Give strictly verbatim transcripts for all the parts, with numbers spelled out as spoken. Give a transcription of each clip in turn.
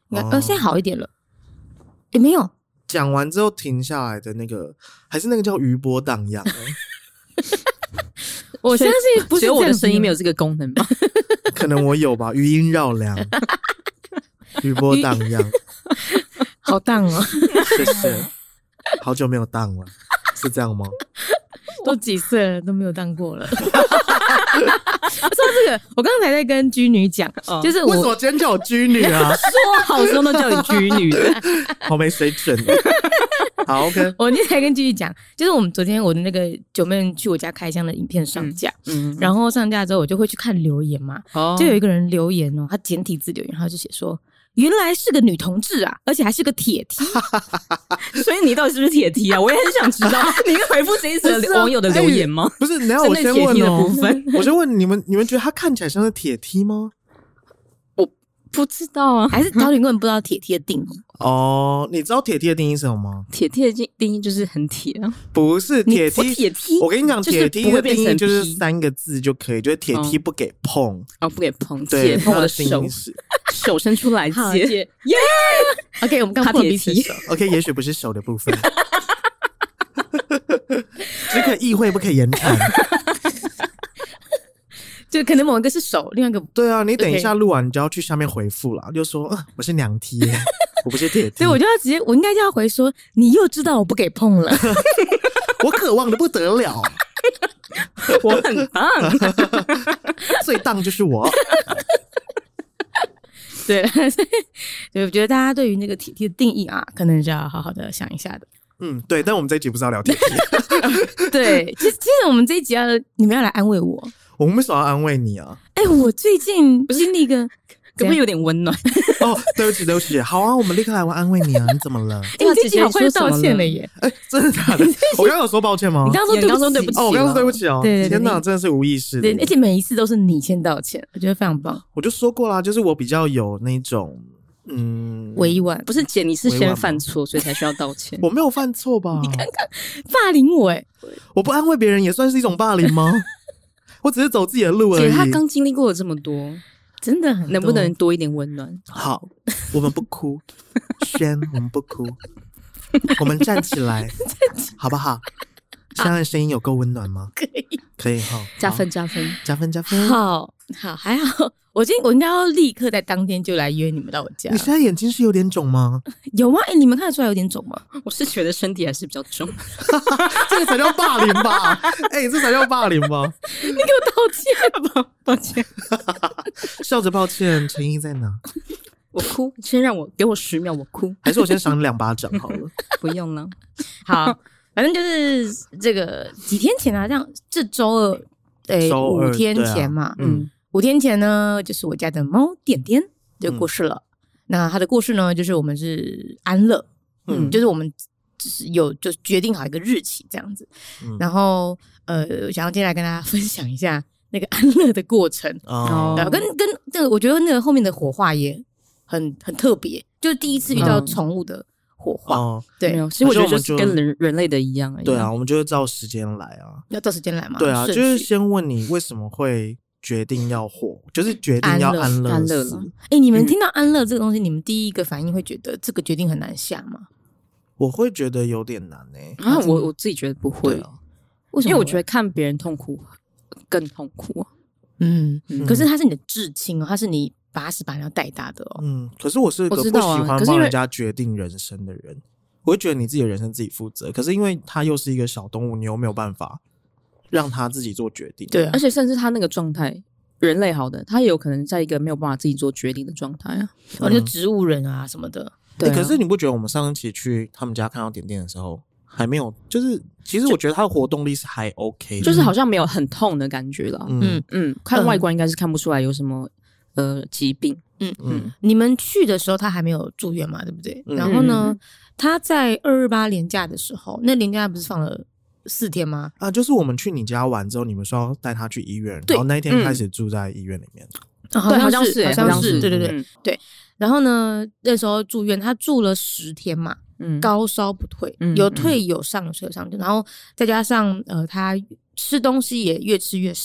哦、呃，现在好一点了。也没有讲完之后停下来的那个，还是那个叫余波荡漾、欸。 我相信不是只有我的声音没有这个功能吧？ 可能我有吧，余音绕梁，余波荡漾， 好荡哦！ 谢谢，好久没有荡了，是这样吗？ 都几岁了都没有当过了。说这个，我刚才在跟居女讲、哦，就是我为什么今天叫我居女啊？ 说好时候都叫你居女的， 好没水准。好 ，OK。 我那天跟居女讲，就是我们昨天我的那个九妹去我家开箱的影片上架，嗯，嗯然后上架之后我就会去看留言嘛，哦、就有一个人留言哦，他简体字留言，他就写说。原来是个女同志啊，而且还是个铁梯， 所以你到底是不是铁梯啊？我也很想知道。你会回复这一则网友的留言吗？ 不是，然后我先问哦，我先问你们，你们觉得他看起来像是铁梯吗？ 我不知道啊， 还是陶玲根本不知道铁梯的定义哦？你知道铁梯的定义是什么吗？ 铁梯的定义就是很铁啊， 不是铁梯。 铁梯， 我跟你讲，铁梯的定义就是三个字就可以，就是铁梯不给碰， 哦，不给碰，铁碰我的手。手伸出来接，耶 ！OK， 我们刚破了彼此手。 OK， 也许不是手的部分，只可意会不可言传。 就可能某一个是手，另外一个对啊。你等一下录完，你就要去下面回复了，就说、呃、我是娘梯耶，我不是铁梯。 所以我就要直接，我应该就要回说，你又知道我不给碰了， 我渴望的不得了， 我很棒， 最荡就是我。 对，所以我觉得大家对于那个铁梯的定义啊，可能就要好好的想一下的。 嗯，对，但我们这一集不是要聊铁梯。 对，其实其实我们这一集要你们要来安慰我。 我们为什么要安慰你啊？ 哎、欸，我最近经历一个。 可不可以有点温暖？ 哦，对不起，对不起。好啊，我们立刻来安慰你啊！你怎么了？ 哎、欸，你这集好快就道歉了耶！ 哎、欸，真的假的？我刚刚有说抱歉吗？ 你刚刚说对不起， 对不起。 哦，我刚刚说对不起哦。 对对对， 天哪，真的是无意识的。 对，而且每一次都是你先道歉，我觉得非常棒。 我就说过啦，就是我比较有那种嗯委婉， 不是姐，你是先犯错，所以才需要道歉。 我没有犯错吧？ 你看看霸凌我，哎， 我不安慰别人也算是一种霸凌吗？我只是走自己的路而已。 姐，她刚经历过了这么多。 真的很能不能多一点温暖？ 好，我们不哭，轩，我们不哭，我们站起来，好不好？现在声音有够温暖吗？ 可以， 可以哈， 加分加分加分加分。 好好还好，我今天我应该要立刻在当天就来约你们到我家。 你现在眼睛是有点肿吗？ 有吗？哎、欸，你们看得出来有点肿吗？ 我是觉得身体还是比较重， 这个才叫霸凌吧？哎、欸，这才叫霸凌吧？ 你给我道歉吧，抱歉。 笑着抱歉，诚意在哪？ 我哭，先让我给我十秒，我哭， 还是我先赏你两巴掌好了？ 不用了。 好，反正就是这个几天前啊，这样这周二，诶、欸，五天前嘛，啊、嗯，五天前呢，就是我家的猫点点就过世了。嗯、那它的过世呢，就是我们是安乐，嗯，嗯就是我们就是有就决定好一个日期这样子，嗯、然后呃，想要接下来跟大家分享一下那个安乐的过程哦，跟跟这个我觉得那个后面的火化也很很特别，就是第一次遇到宠物的火化，哦、对， 没有，其实我觉得就是跟人人类的一样而已。 对啊，我们就是照时间来啊， 要照时间来嘛。 对啊，就是先问你为什么会决定要火，就是决定要安乐安乐了。 哎、欸，你们听到安乐这个东西，你们第一个反应会觉得这个决定很难下吗？ 我会觉得有点难诶、 欸。啊，我我自己觉得不会啊，为什么？因为我觉得看别人痛苦更痛苦啊。 嗯，嗯可是他是你的至亲哦，他是你把屎把尿带大的哦。 嗯，可是我是个不喜欢帮人家决定人生的人，我会觉得你自己的人生自己负责。可是因为他又是一个小动物，你又没有办法让他自己做决定。 对、啊，而且甚至他那个状态，人类好的，他也有可能在一个没有办法自己做决定的状态啊， 哦，就植物人啊什么的。 对、啊欸，可是你不觉得我们上一期去他们家看到点点的时候，还没有，就是其实我觉得他的活动力是还 OK， 就是好像没有很痛的感觉了。嗯嗯，看外观应该是看不出来有什么、嗯、呃疾病。 嗯嗯，你们去的时候他还没有住院嘛，对不对？嗯、然后呢，他在二二八连假的时候，那连假不是放了四天吗？ 啊，就是我们去你家玩之后，你们说要带他去医院，然后那一天开始住在医院里面。 嗯哦、好像是，好像是， 是对对对、嗯、对。然后呢，那时候住院，他住了十天嘛，嗯、高烧不退，嗯、有退有上，有退有上，然后再加上呃，他吃东西也越吃越少，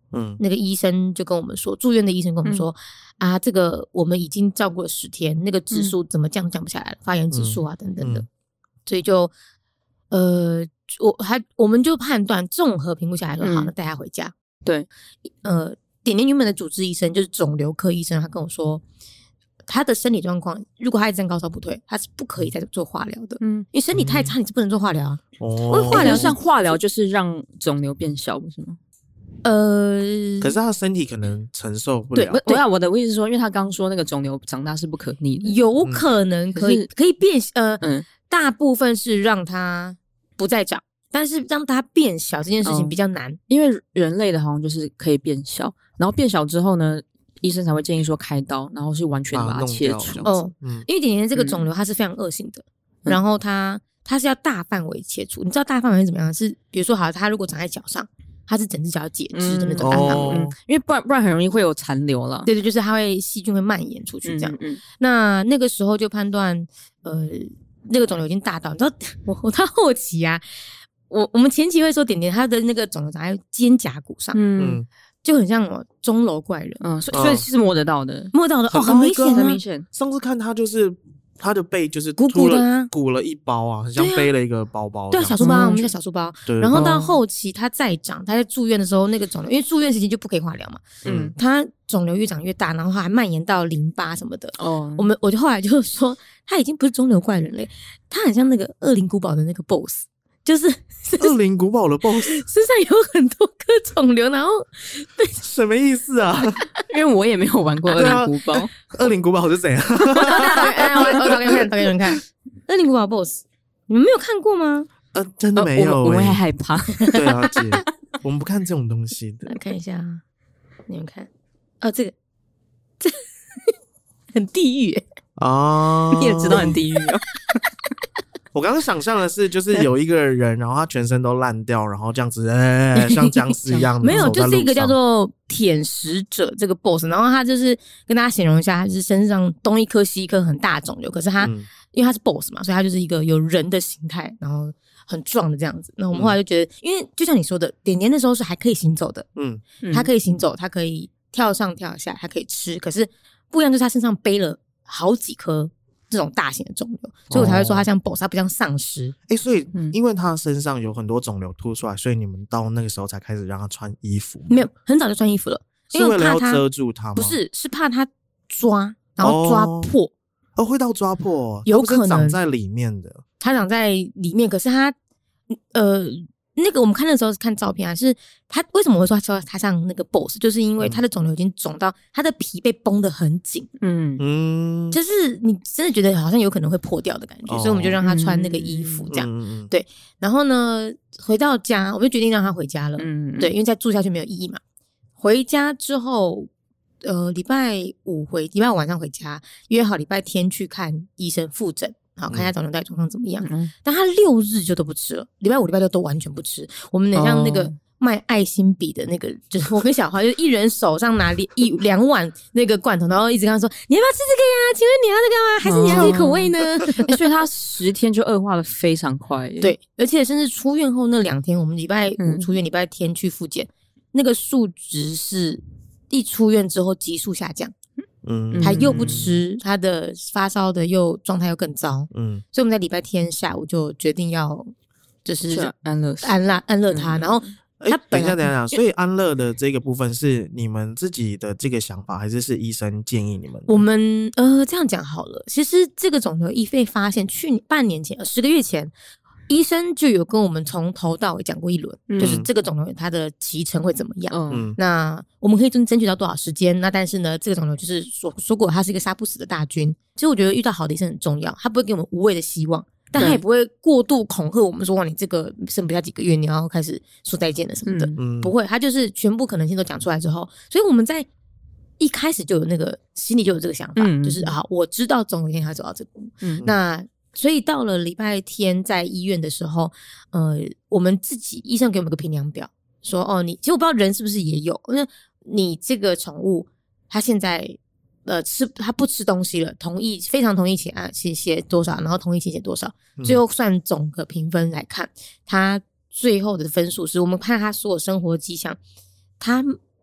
嗯，那个医生就跟我们说，住院的医生跟我们说、嗯、啊，这个我们已经照顾了十天，那个指数怎么降降不下来了，发炎指数啊等等的，嗯、所以就呃，我还我们就判断综合评估下来说，好，那带他回家。 对， 呃，点点原本的主治医生就是肿瘤科医生，他跟我说，他的身体状况，如果他一直高烧不退，他是不可以再做化疗的。嗯，因为身体太差，你是不能做化疗啊。哦，因为化疗像化疗就是让肿瘤变小，不是吗？ 呃， 可是他身体可能承受不了。 对，对啊，我的意思是说，因为他刚刚说那个肿瘤长大是不可逆的， 有可能可以、嗯、可以变呃、嗯，大部分是让他不再长，但是让它变小这件事情比较难， 嗯、因为人类的好像就是可以变小，然后变小之后呢，医生才会建议说开刀，然后是完全的把它切除。 哦、嗯，因为点点这个肿瘤它是非常恶性的，嗯、然后它它是要大范围切除，你知道大范围是怎么样？是比如说好，它如果长在脚上。它是整只脚截肢的那种大范围、嗯哦， 因为不然不然很容易会有残留了。 对对，就是它会细菌会蔓延出去这样。嗯嗯、那那个时候就判断，呃，那个肿瘤已经大到，你知道，我我到后期啊，我我们前期会说点点它的那个肿瘤长在肩胛骨上，嗯，就很像我钟楼怪人， 嗯，所以所以是摸得到的， 摸到的哦，很明显、啊， 很明显。 上次看他就是。他的背就是鼓鼓的、啊， 鼓了一包啊，很像背了一个包包。 对，小书包、嗯，我们叫小书包。对。然后到后期他再长，他在住院的时候，那个肿瘤，因为住院时期就不可以化疗嘛，嗯，他肿瘤越长越大，然后还蔓延到淋巴什么的。哦。我们我就后来就说，他已经不是肿瘤怪人类，他很像那个恶灵古堡的那个 boss。就是恶灵古堡的 boss 身上有很多颗肿瘤，然后什么意思啊？ 因为我也没有玩过恶灵古堡。 恶灵古堡是怎样？ 我找给你们看，找给你们看。恶灵古堡 boss， 你们没有看过吗？ 呃，真的没有、欸呃我，我会害怕。 对啊，姐，我们不看这种东西的。 来看一下，你们看，哦，这个，这很地狱哦， 你也知道很地狱哦。 我刚刚想象的是，就是有一个人，然后他全身都烂掉，然后这样子，哎、欸，像僵尸一样。 没有，就是一个叫做舔食者这个 boss， 然后他就是跟大家形容一下，他就是身上东一颗西一颗很大肿瘤，可是他、嗯、因为他是 boss 嘛，所以他就是一个有人的形态，然后很壮的这样子。那我们后来就觉得，嗯、因为就像你说的，点点的时候是还可以行走的，嗯，他可以行走，他可以跳上跳下，他可以吃，可是不一样就是他身上背了好几颗。这种大型的肿瘤，所以我才会说他像 boss， 他不像丧尸。 哎、欸，所以因为他身上有很多肿瘤凸出来，所以你们到那个时候才开始让他穿衣服。 没有，很早就穿衣服了， 是为了要遮住他吗？ 不是，是怕他抓，然后抓破。 哦，哦会到抓破， 有可能长在里面的。 他长在里面，可是他呃。那个我们看的时候是看照片啊，是他为什么会说他他像那个 boss， 就是因为他的肿瘤已经肿到他的皮被绷得很紧，嗯嗯，就是你真的觉得好像有可能会破掉的感觉，哦、所以我们就让他穿那个衣服这样，嗯、对。然后呢，回到家我们就决定让他回家了，嗯，对，因为再住下去没有意义嘛。回家之后，呃，礼拜五回，礼拜五晚上回家，约好礼拜天去看医生复诊。好，看一下肿瘤袋状况怎么样、嗯、但他六日就都不吃了，礼拜五礼拜六都完全不吃。我们很像那个卖爱心笔的那个、哦、就是我跟小花就一人手上拿一两碗那个罐头，然后一直跟他说你要不要吃这个呀，请问你要这个吗，还是你要这个口味呢、 哦欸、所以他十天就恶化的非常快耶。 对，而且甚至出院后那两天，我们礼拜五出院、嗯、礼拜天去复检，那个数值是一出院之后急速下降，嗯，他又不吃，他的发烧的又状态又更糟，嗯，所以我们在礼拜天下午就决定要就是安乐安乐安乐他，嗯、然后他等一下等一下，所以安乐的这个部分是你们自己的这个想法，还是是医生建议你们的？ 我们呃这样讲好了，其实这个肿瘤一被发现，去年半年前，呃十个月前。医生就有跟我们从头到尾讲过一轮、嗯，就是这个肿瘤它的期程会怎么样。嗯，那我们可以争争取到多少时间？那但是呢，这个肿瘤就是说说过，它是一个杀不死的大军。其实我觉得遇到好的医生很重要，他不会给我们无谓的希望，但他也不会过度恐吓我们说，哇，你这个剩不下几个月，你要开始说再见了什么的。嗯，不会，他就是全部可能性都讲出来之后，所以我们在一开始就有那个心里就有这个想法，嗯、就是啊，我知道总有一天他走到这步。嗯，那。所以到了礼拜天在医院的时候，呃，我们自己医生给我们个评量表，说哦，你其实我不知道人是不是也有，因为你这个宠物它现在呃吃它不吃东西了，同意非常同意写啊写写多少，然后同意写写多少，最后算总个评分来看，它最后的分数是我们看它所有生活迹象，它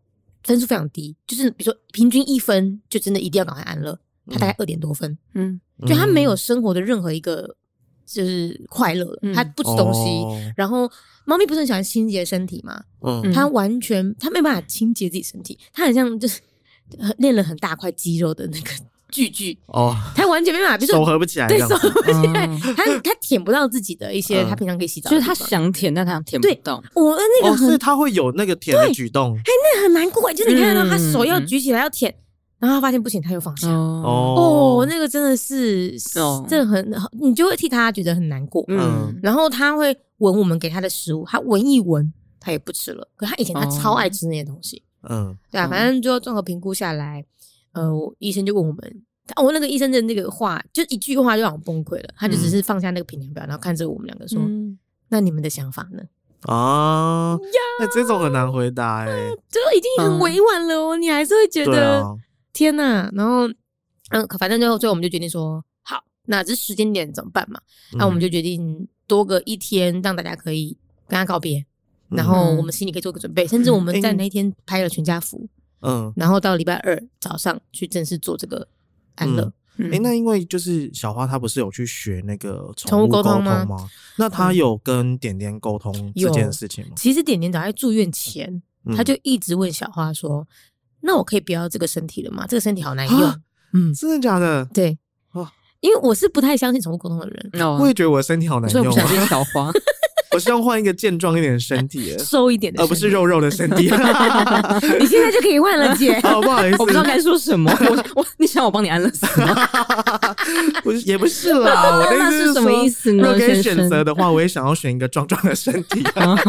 分数非常低，就是比如说平均一分就真的一定要赶快安乐，他大概二点多分，嗯，就他没有生活的任何一个就是快乐了，嗯、他不吃东西，哦、然后猫咪不是很喜欢清洁身体嘛，嗯，它完全它没办法清洁自己身体，它很像就是练了很大块肌肉的那个。巨巨哦，他完全没办法，比如说手合不起来， 对，手合不起来，嗯、他他舔不到自己的一些，嗯、他平常可以洗澡， 就是他想舔，但他舔不到。 我那个很， 哦、是他会有那个舔的举动， 哎，那个很难过，就是你看到他手要举起来要舔，嗯、然后他发现不行，他又放下。哦，哦，那个真的是，哦、这很，你就会替他觉得很难过。嗯，然后他会闻我们给他的食物，他闻一闻，他也不吃了。可他以前他超爱吃那些东西。嗯，对啊，反正就综合评估下来。呃，医生就问我们，我、哦、那个医生的那个话，就一句话就让我崩溃了。他就只是放下那个评量表，然后看着我们两个说：“嗯、那你们的想法呢？” 啊，那、欸、这种很难回答哎、欸， 就已经很委婉了哦，嗯、你还是会觉得、啊、天哪。然后，嗯，反正最后最后我们就决定说，好，那这时间点怎么办嘛？那、嗯、我们就决定多个一天，让大家可以跟他告别，然后我们心里可以做个准备，嗯、甚至我们在那一天拍了全家福。嗯，然后到礼拜二早上去正式做这个安乐。 哎、嗯欸，那因为就是小花她不是有去学那个宠物沟通吗？吗那她有跟点点沟通这件事情吗？ 其实点点早在住院前，嗯、他就一直问小花说：“那我可以不要这个身体了吗？这个身体好难用。” 嗯，真的假的？ 对，哦、因为我是不太相信宠物沟通的人， 我也觉得我的身体好难用、啊， 所以我不相信小花。 我希望换一个健壮一点的身体， 瘦一点的身体， 而不是肉肉的身体。 你现在就可以换了，姐。 好，不好意思， 我不知道该说什么。我我，你想我帮你安乐死吗？ 不是，也不是啦。我的意思 是, 是什么意思呢？ 如果可以选择的话，我也想要选一个壮壮的身体。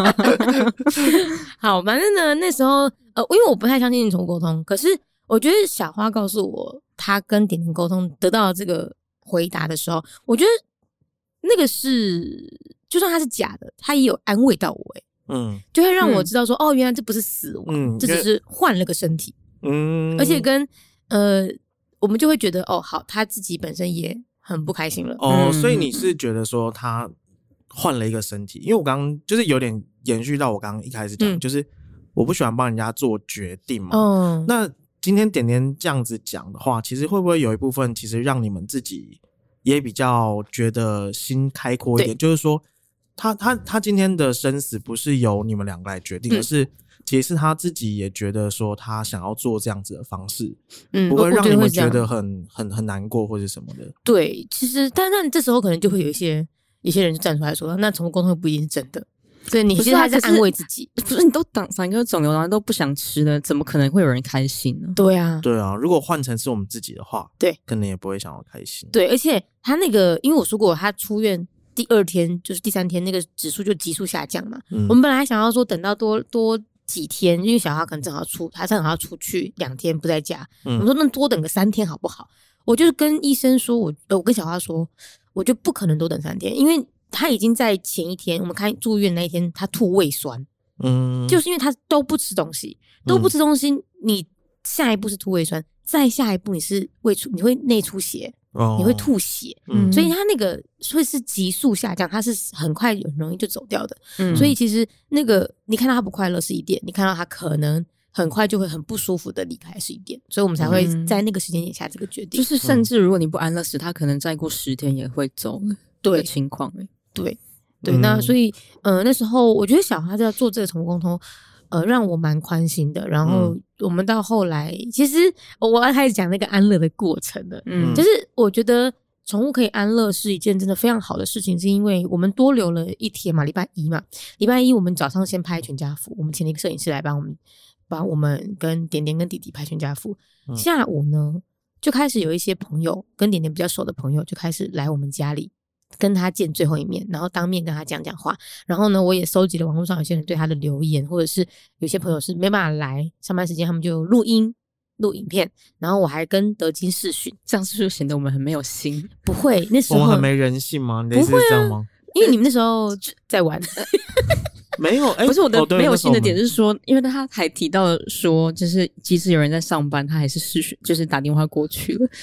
好，反正呢，那时候呃，因为我不太相信宠物沟通，可是我觉得小花告诉我，她跟点点沟通得到这个回答的时候，我觉得那个是。就算它是假的，它也有安慰到我、欸，嗯，就会让我知道说，嗯、哦，原来这不是死亡，嗯、这只是换了个身体，嗯，而且跟呃，我们就会觉得，哦，好，他自己本身也很不开心了， 哦，嗯、所以你是觉得说他换了一个身体，因为我刚刚就是有点延续到我刚刚一开始讲，嗯、就是我不喜欢帮人家做决定嘛，哦，那今天点点这样子讲的话，其实会不会有一部分其实让你们自己也比较觉得心开阔一点，就是说。他他他今天的生死不是由你们两个来决定，嗯、而是其实他自己也觉得说他想要做这样子的方式，嗯，不会让你们觉得很很很难过或者什么的。 对，其实但但这时候可能就会有一些一些人就站出来说，那宠物沟通不一定是真的。所以你其实还在安慰自己， 不是你都挡三个肿瘤，然后都不想吃了，怎么可能会有人开心呢？ 对啊， 对啊，如果换成是我们自己的话， 对， 可能也不会想要开心。 对，而且他那个，因为我说过他出院。第二天就是第三天，那个指数就急速下降嘛。嗯、我们本来想要说等到多多几天，因为小孩可能正好出，他正好要出去两天不在家。嗯、我们说那多等个三天好不好？我就跟医生说，我我跟小花说，我就不可能多等三天，因为他已经在前一天我们开住院那一天，他吐胃酸，嗯，就是因为他都不吃东西，都不吃东西，嗯、你下一步是吐胃酸，再下一步你是胃出，你会内出血。你会吐血，嗯、所以它那个会是急速下降，它是很快很容易就走掉的。嗯、所以其实那个你看到他不快乐是一点，你看到他可能很快就会很不舒服的离开是一点，所以我们才会在那个时间点下这个决定。 就是甚至如果你不安乐死，他可能再过十天也会走的情况。 对对，嗯、那所以呃那时候我觉得小花在做这个宠物沟通。呃，让我蛮宽心的。然后我们到后来，嗯、其实我要开始讲那个安乐的过程了。嗯，就是我觉得宠物可以安乐是一件真的非常好的事情，是因为我们多留了一天嘛，礼拜一嘛，礼拜一我们早上先拍全家福，我们请了一个摄影师来帮我们，帮我们跟点点跟弟弟拍全家福。嗯、下午呢，就开始有一些朋友跟点点比较熟的朋友就开始来我们家里。跟他见最后一面，然后当面跟他讲讲话。然后呢，我也收集了网络上有些人对他的留言，或者是有些朋友是没办法来上班时间，他们就录音、录影片。然后我还跟德金视讯， 这样是不是显得我们很没有心？ 不会，那时候我们很没人性吗？你的意思是这样吗？ 因为你们那时候在玩。 没有，欸、 不是我的没有心的点是说，因为他还提到说，就是即使有人在上班，他还是视讯，就是打电话过去了。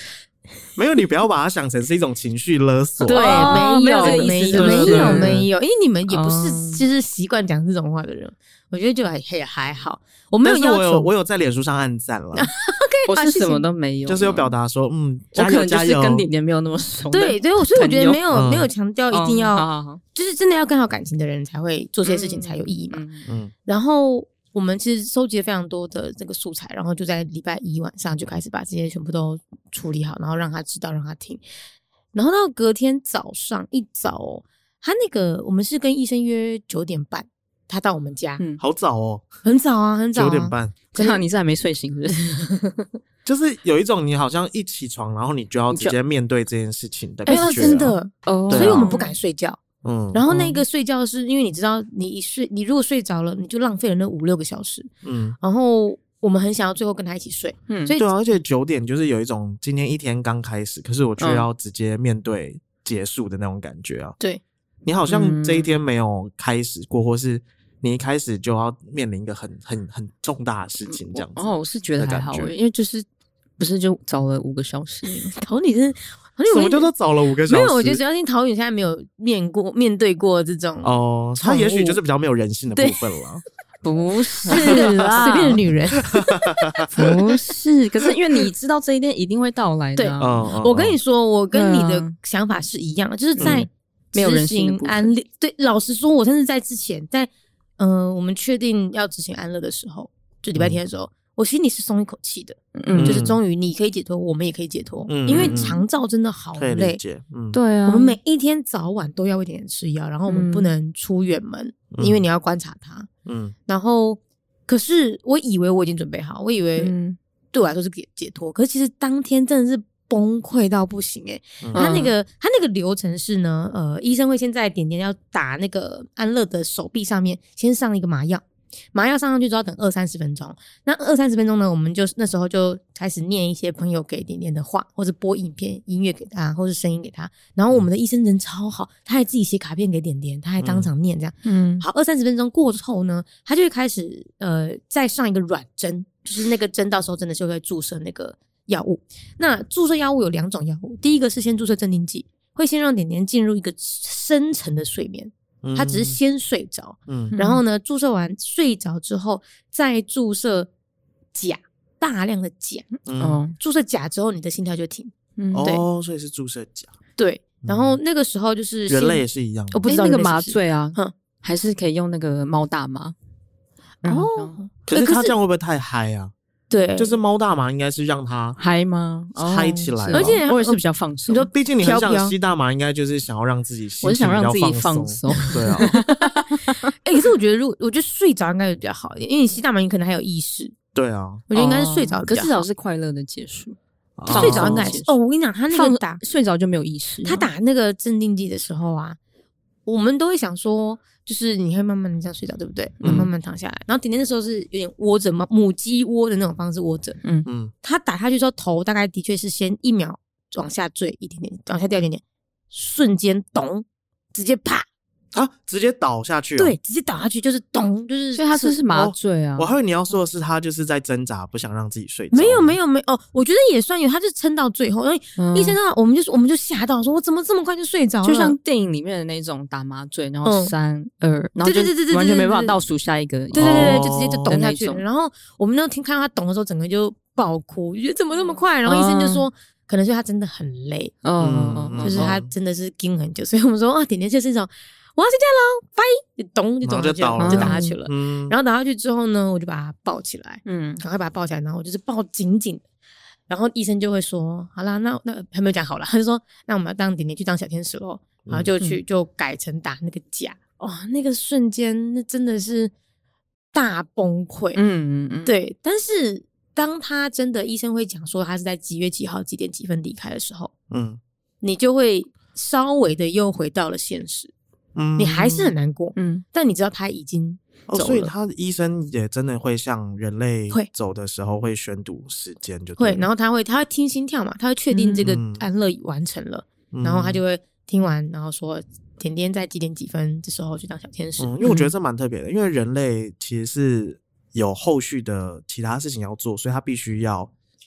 没有，你不要把它想成是一种情绪勒索。 对， 哦、 没有， 没有，没有，没有，因为你们也不是就是习惯讲这种话的人，我觉得就还还好。我没有要求， 我有我有在脸书上按赞了。 OK， 我是什么都没有， 就是有表达说，嗯， 加油加油，跟点点没有那么熟。 对对，所以我觉得没有、嗯、没有强调一定要、 嗯好好好， 就是真的要更好感情的人才会做这些事情才有意义嘛。嗯嗯。然后我们其实收集了非常多的这个素材，然后就在礼拜一晚上就开始把这些全部都处理好，然后让他知道，让他听。然后到隔天早上一早、哦，他那个我们是跟医生约九点半。他到我们家， 嗯，好早哦， 很早啊，很早、啊， 九点半。 真的，你是还没睡醒是不是？ 就是有一种你好像一起床，然后你就要直接面对这件事情的感觉、啊。 哎、欸，真的哦，所以我们不敢睡觉。 嗯， 然后那个睡觉是因为你知道，你一睡，你如果睡着了，你就浪费了那五六个小时。嗯，然后我们很想要最后跟他一起睡。嗯，所以对、啊，而且九点就是有一种今天一天刚开始，可是我却要直接面对结束的那种感觉啊。 对， 你好像这一天没有开始过，或是。你一开始就要面临一个很很很重大的事情，这样子。 哦，我是觉得还好，因为就是不是就早了五个小时。 桃女是， 什么叫做早了五个小时？ 没有，我觉得主要是桃女现在没有面过面对过这种哦，她也许就是比较没有人性的部分了。 不是啦，随便的女人， 不是。可是因为你知道这一天一定会到来的、啊。 对，嗯、我跟你说，我跟你的想法是一样的，就是在没有人性的安乐。对，老实说，我甚至在之前在。嗯、呃，我们确定要执行安乐的时候，就礼拜天的时候，嗯、我心里是松一口气的，嗯，就是终于你可以解脱，我们也可以解脱，嗯，因为长照真的好累， 嗯， 对啊， 我们每一天早晚都要喂点点吃药，然后我们不能出远门，嗯、因为你要观察他，嗯，然后可是我以为我已经准备好，我以为对我来说是解解脱，可是其实当天真的是。崩溃到不行哎、欸嗯！他那个他那个流程是呢，呃，医生会先在点点要打那个安乐的手臂上面先上一个麻药，麻药上上去之后等二三十分钟。那二三十分钟呢，我们就那时候就开始念一些朋友给点点的话，或者播影片、音乐给他，或是声音给他。然后我们的医生人超好，他还自己写卡片给点点，他还当场念这样。嗯，好，二三十分钟过后呢，他就会开始呃再上一个软针，就是那个针到时候真的就会注射那个。药物，那注射药物有两种药物，第一个是先注射镇定剂，会先让点点进入一个深层的睡眠，嗯、他只是先睡着，嗯，然后呢，注射完睡着之后，再注射钾，大量的钾，嗯，注射钾之后，你的心跳就停， 嗯，对，哦，所以是注射钾， 对，然后那个时候就是人类也是一样的， 我不知道那个麻醉啊，是是还是可以用那个猫大麻， 哦， 可是他这样会不会太嗨啊？ 对， 就是猫大麻应该是让它嗨吗？ 嗨起来， 而且我也是比较放松。 你说， 毕竟你很想吸大麻，应该就是想要让自己， 我是想让自己放松。 对啊， 哎、欸，可是我觉得，如果我觉得睡着应该会比较好一点，因为你吸大麻，你可能还有意识。 对啊， 我觉得应该是睡着比较好， 可至少是快乐的结束。 睡着应该是哦，我跟你讲，他那个打睡着就没有意识。 他打那个镇定剂的时候啊，我们都会想说。就是你会慢慢的这样睡着，对不对？嗯、慢慢躺下来，然后点点的时候是有点窝着嘛，母鸡窝的那种方式窝着。嗯嗯，他打下去之后，头大概的确是先一秒往下坠一点点，往下掉一点点，瞬间咚，直接啪啊，直接倒下去、啊。 对，直接倒下去就是咚，就是所以他是是麻醉啊。 我还以为你要说的是他就是在挣扎，不想让自己睡着。 没有没有没有哦，我觉得也算有，他就撑到最后。因为医生啊，我们就我们就吓到，说我怎么这么快就睡着了？ 就像电影里面的那种打麻醉，然后三二、嗯，然后就完全没办法倒数下一个。 对对对对，就直接就咚下去了。然后我们那听看到他咚的时候，整个就爆哭，觉得怎么那么快？然后医生就说。可能是他真的很累，嗯，就是他真的是盯很久，所以我们说啊，点点就是一种我要睡觉喽，拜，就咚就咚下去了，就打下去了。嗯，然后打下去之后呢，我就把他抱起来，嗯，赶快把他抱起来，然后我就是抱紧紧的。然后医生就会说，好啦，那那还没有讲好了，他就说，那我们要当点点去当小天使咯，然后就去、嗯、就改成打那个钾，哇，那个瞬间那真的是大崩溃，嗯嗯嗯，对，但是。当他真的医生会讲说他是在几月几号几点几分离开的时候，嗯，你就会稍微的又回到了现实，嗯，你还是很难过，嗯，但你知道他已经走了， 哦、所以他的医生也真的会像人类走的时候会宣读时间，就会，然后他会他会听心跳嘛，他会确定这个安乐完成了，嗯、然后他就会听完，然后说甜甜在几点几分的时候去当小天使， 嗯，因为我觉得这蛮特别的，因为人类其实是。有后续的其他事情要做，所以他必须要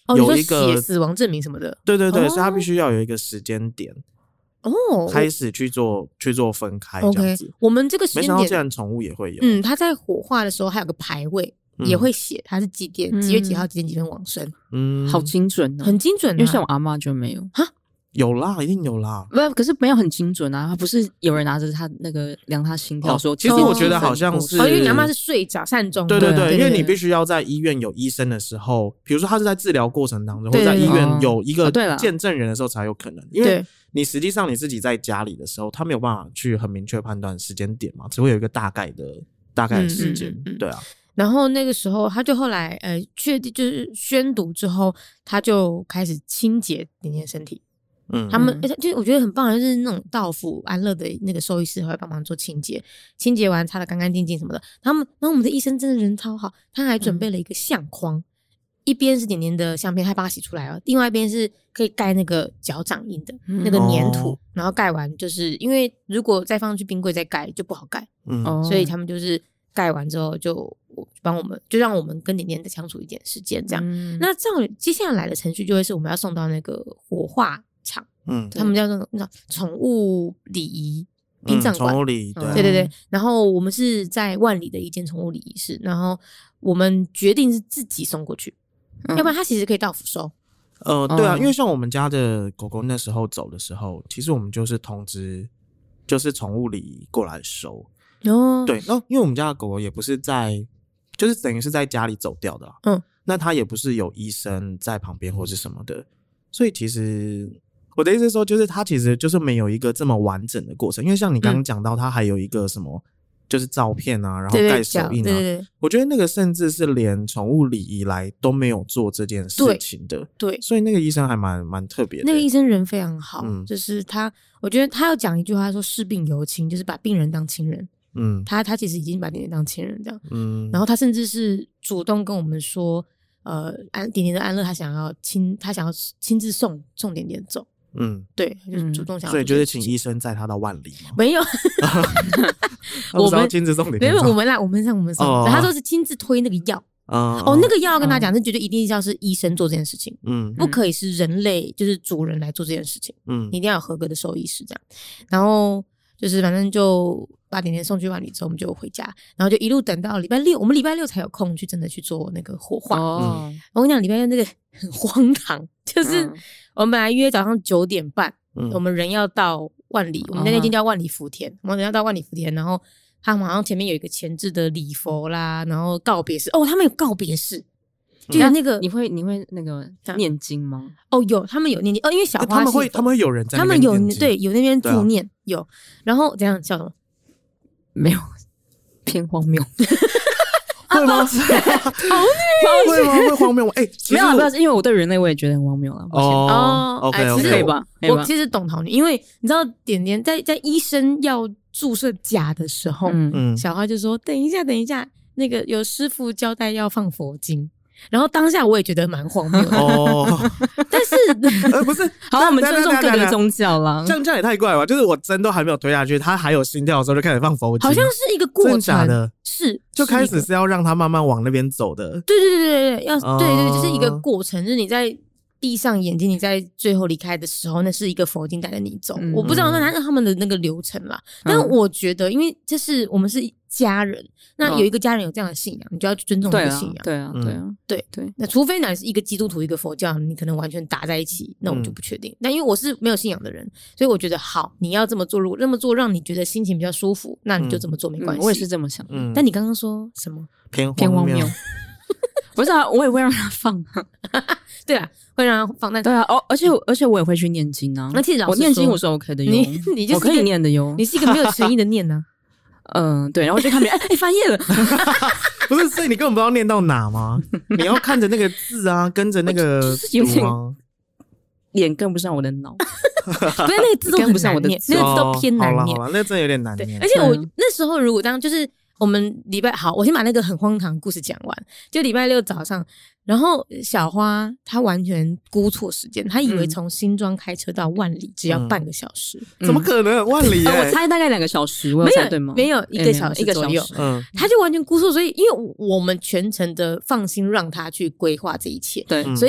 有一个、 哦、写死亡证明什么的。 对对对，哦、所以他必须要有一个时间点。 哦， 开始去做去做分开这样子。 Okay, 我们这个时间点， 没想到竟然宠物也会有。 嗯，它在火化的时候还有个牌位，嗯、也会写它是几点、嗯、几月几号几点几分往生。 嗯，好精准、 啊，很精准、啊。 因为像我阿嬷就没有。 哈， 有啦，一定有啦。 不，可是没有很精准啊。他不是有人拿着他那个量他心跳说， 哦、其实我觉得好像是， 哦，因为你阿嬷是睡着善终。 对对 对, 对, 对，因为你必须要在医院有医生的时候，比如说他是在治疗过程当中，或者在医院有一个见证人的时候才有可能，因为。你实际上你自己在家里的时候，他没有办法去很明确判断时间点嘛，只会有一个大概的大概的时间、嗯嗯嗯，对啊。 然后那个时候，他就后来呃确定就是宣读之后，他就开始清洁点点身体。嗯，他们就我觉得很棒的就是那种到府安乐的那个兽医师会帮忙做清洁，清洁完擦得干干净净什么的。他们，然后我们的医生真的人超好，他还准备了一个相框。嗯，一边是点点的相片，他帮他洗出来了，另外一边是可以盖那个脚掌印的、嗯、那个粘土、哦，然后盖完就是因为如果再放去冰柜再盖就不好盖，嗯，所以他们就是盖完之后就帮我们，就让我们跟点点的相处一点时间这样。嗯、那这样接下来的程序就会是我们要送到那个火化场，嗯，他们叫做那种宠物礼仪殡葬馆， 宠物礼仪，对对对对。然后我们是在万里的一间宠物礼仪室，然后我们决定是自己送过去。嗯、要不然他其实可以到府收。 呃，对啊、嗯，因为像我们家的狗狗那时候走的时候，其实我们就是通知，就是宠物礼过来收。哦，对，然后因为我们家的狗狗也不是在，就是等于是在家里走掉的、啊，嗯，那它也不是有医生在旁边或是什么的，所以其实我的意思是说，就是它其实就是没有一个这么完整的过程，因为像你刚刚讲到，它还有一个什么。就是照片啊，然后盖手印啊， 对对对， 我觉得那个甚至是连宠物礼仪来都没有做这件事情的， 对，对， 所以那个医生还蛮蛮特别的。 那个医生人非常好，嗯，就是他，我觉得他要讲一句话说视病犹亲，就是把病人当亲人，嗯，他他其实已经把点点当亲人这样，嗯，然后他甚至是主动跟我们说，呃，安点点的安乐他想要亲，他想要亲自送送点点走。嗯，对，就是主动想要， 所以就是请医生载他到万里吗？ 没有， 我们亲自送点点走， 没有，我们来，我们上我们送，哦、他说是亲自推那个药。哦, 哦，那个药要跟他讲，是绝对一定要是医生做这件事情，嗯，不可以是人类就是主人来做这件事情，嗯，一定要有合格的兽医师这样。然后就是反正就把点点送去万里之后，我们就回家，然后就一路等到礼拜六，我们礼拜六才有空去真的去做那个火化。哦，我跟你讲，礼拜六那个很荒唐，就是我们本来约早上九点半，嗯，我们人要到万里，我们那间叫万里福田，我们人要到万里福田，然后。他们好像前面有一个前置的礼佛啦，然后告别式哦，他们有告别式，就有那个、 嗯、你会你会那个念经吗？ 哦，有，他们有念经哦，因为小花、啊、 他们会他们会有人在那边念经，他们有对有那边助念、啊、有，然后怎样叫什么？ 没有，偏荒谬。 会吗？会吗？会荒谬吗？哎、欸， 没有，不要，因为我对人类我也觉得很荒谬了。 哦 ，OK， 其实 OK 吧，我其实懂桃女，因为你知道，点点在在医生要注射钾的时候，嗯，小花就说：“等一下，等一下，那个有师傅交代要放佛经。”然后当下我也觉得蛮荒谬的，哦，但是呃不是， 好，我们尊重各个宗教啦。 这样这样也太怪了吧？就是我针都还没有推下去，他还有心跳的时候就开始放佛经， 好像是一个过程， 真假的， 是就开始是要让他慢慢往那边走的。 对对对对对，要、哦、对对，就是一个过程，就是你在闭上眼睛，你在最后离开的时候，那是一个佛经带着你走。嗯、我不知道那他他们的那个流程啦，嗯、但我觉得，因为这是我们是家人。那有一个家人有这样的信仰，你就要去尊重这个信仰。 对啊，对啊， 对对。那除非你是一个基督徒，一个佛教，你可能完全打在一起，那我们就不确定。但、嗯、因为我是没有信仰的人，所以我觉得好，你要这么做，如果这么做让你觉得心情比较舒服，那你就这么做没关系。 嗯、我也是这么想。嗯。 但你刚刚说什么？ 偏偏荒谬。不是啊，我也会让他放。 对啊，会让他放。但对啊，哦，而且而且我也会去念经啊。 那其实老师我念经我是 OK 的哟， 你你就是我可以念的哟。 你是一个没有诚意的念呢、啊。 嗯，对，然后就看别人，哎、欸，翻页了， 不是，所以你根本不知道念到哪吗？你要看着那个字啊，跟着那个读吗？ 脸跟不上我的脑， 不是那个字都很难念，那个字都偏难念， 哦、好了，那真的有点难念。 而且我那时候如果当就是我们礼拜好，我先把那个很荒唐的故事讲完。就礼拜六早上，然后小花她完全估错时间，她以为从新庄开车到万里只要半个小时， 嗯、怎么可能？万里、欸呃？我猜大概两个小时，我有猜对吗？ 没有，一个小时左右。嗯，她就完全估错，所以因为我们全程的放心让她去规划这一切， 对， 所以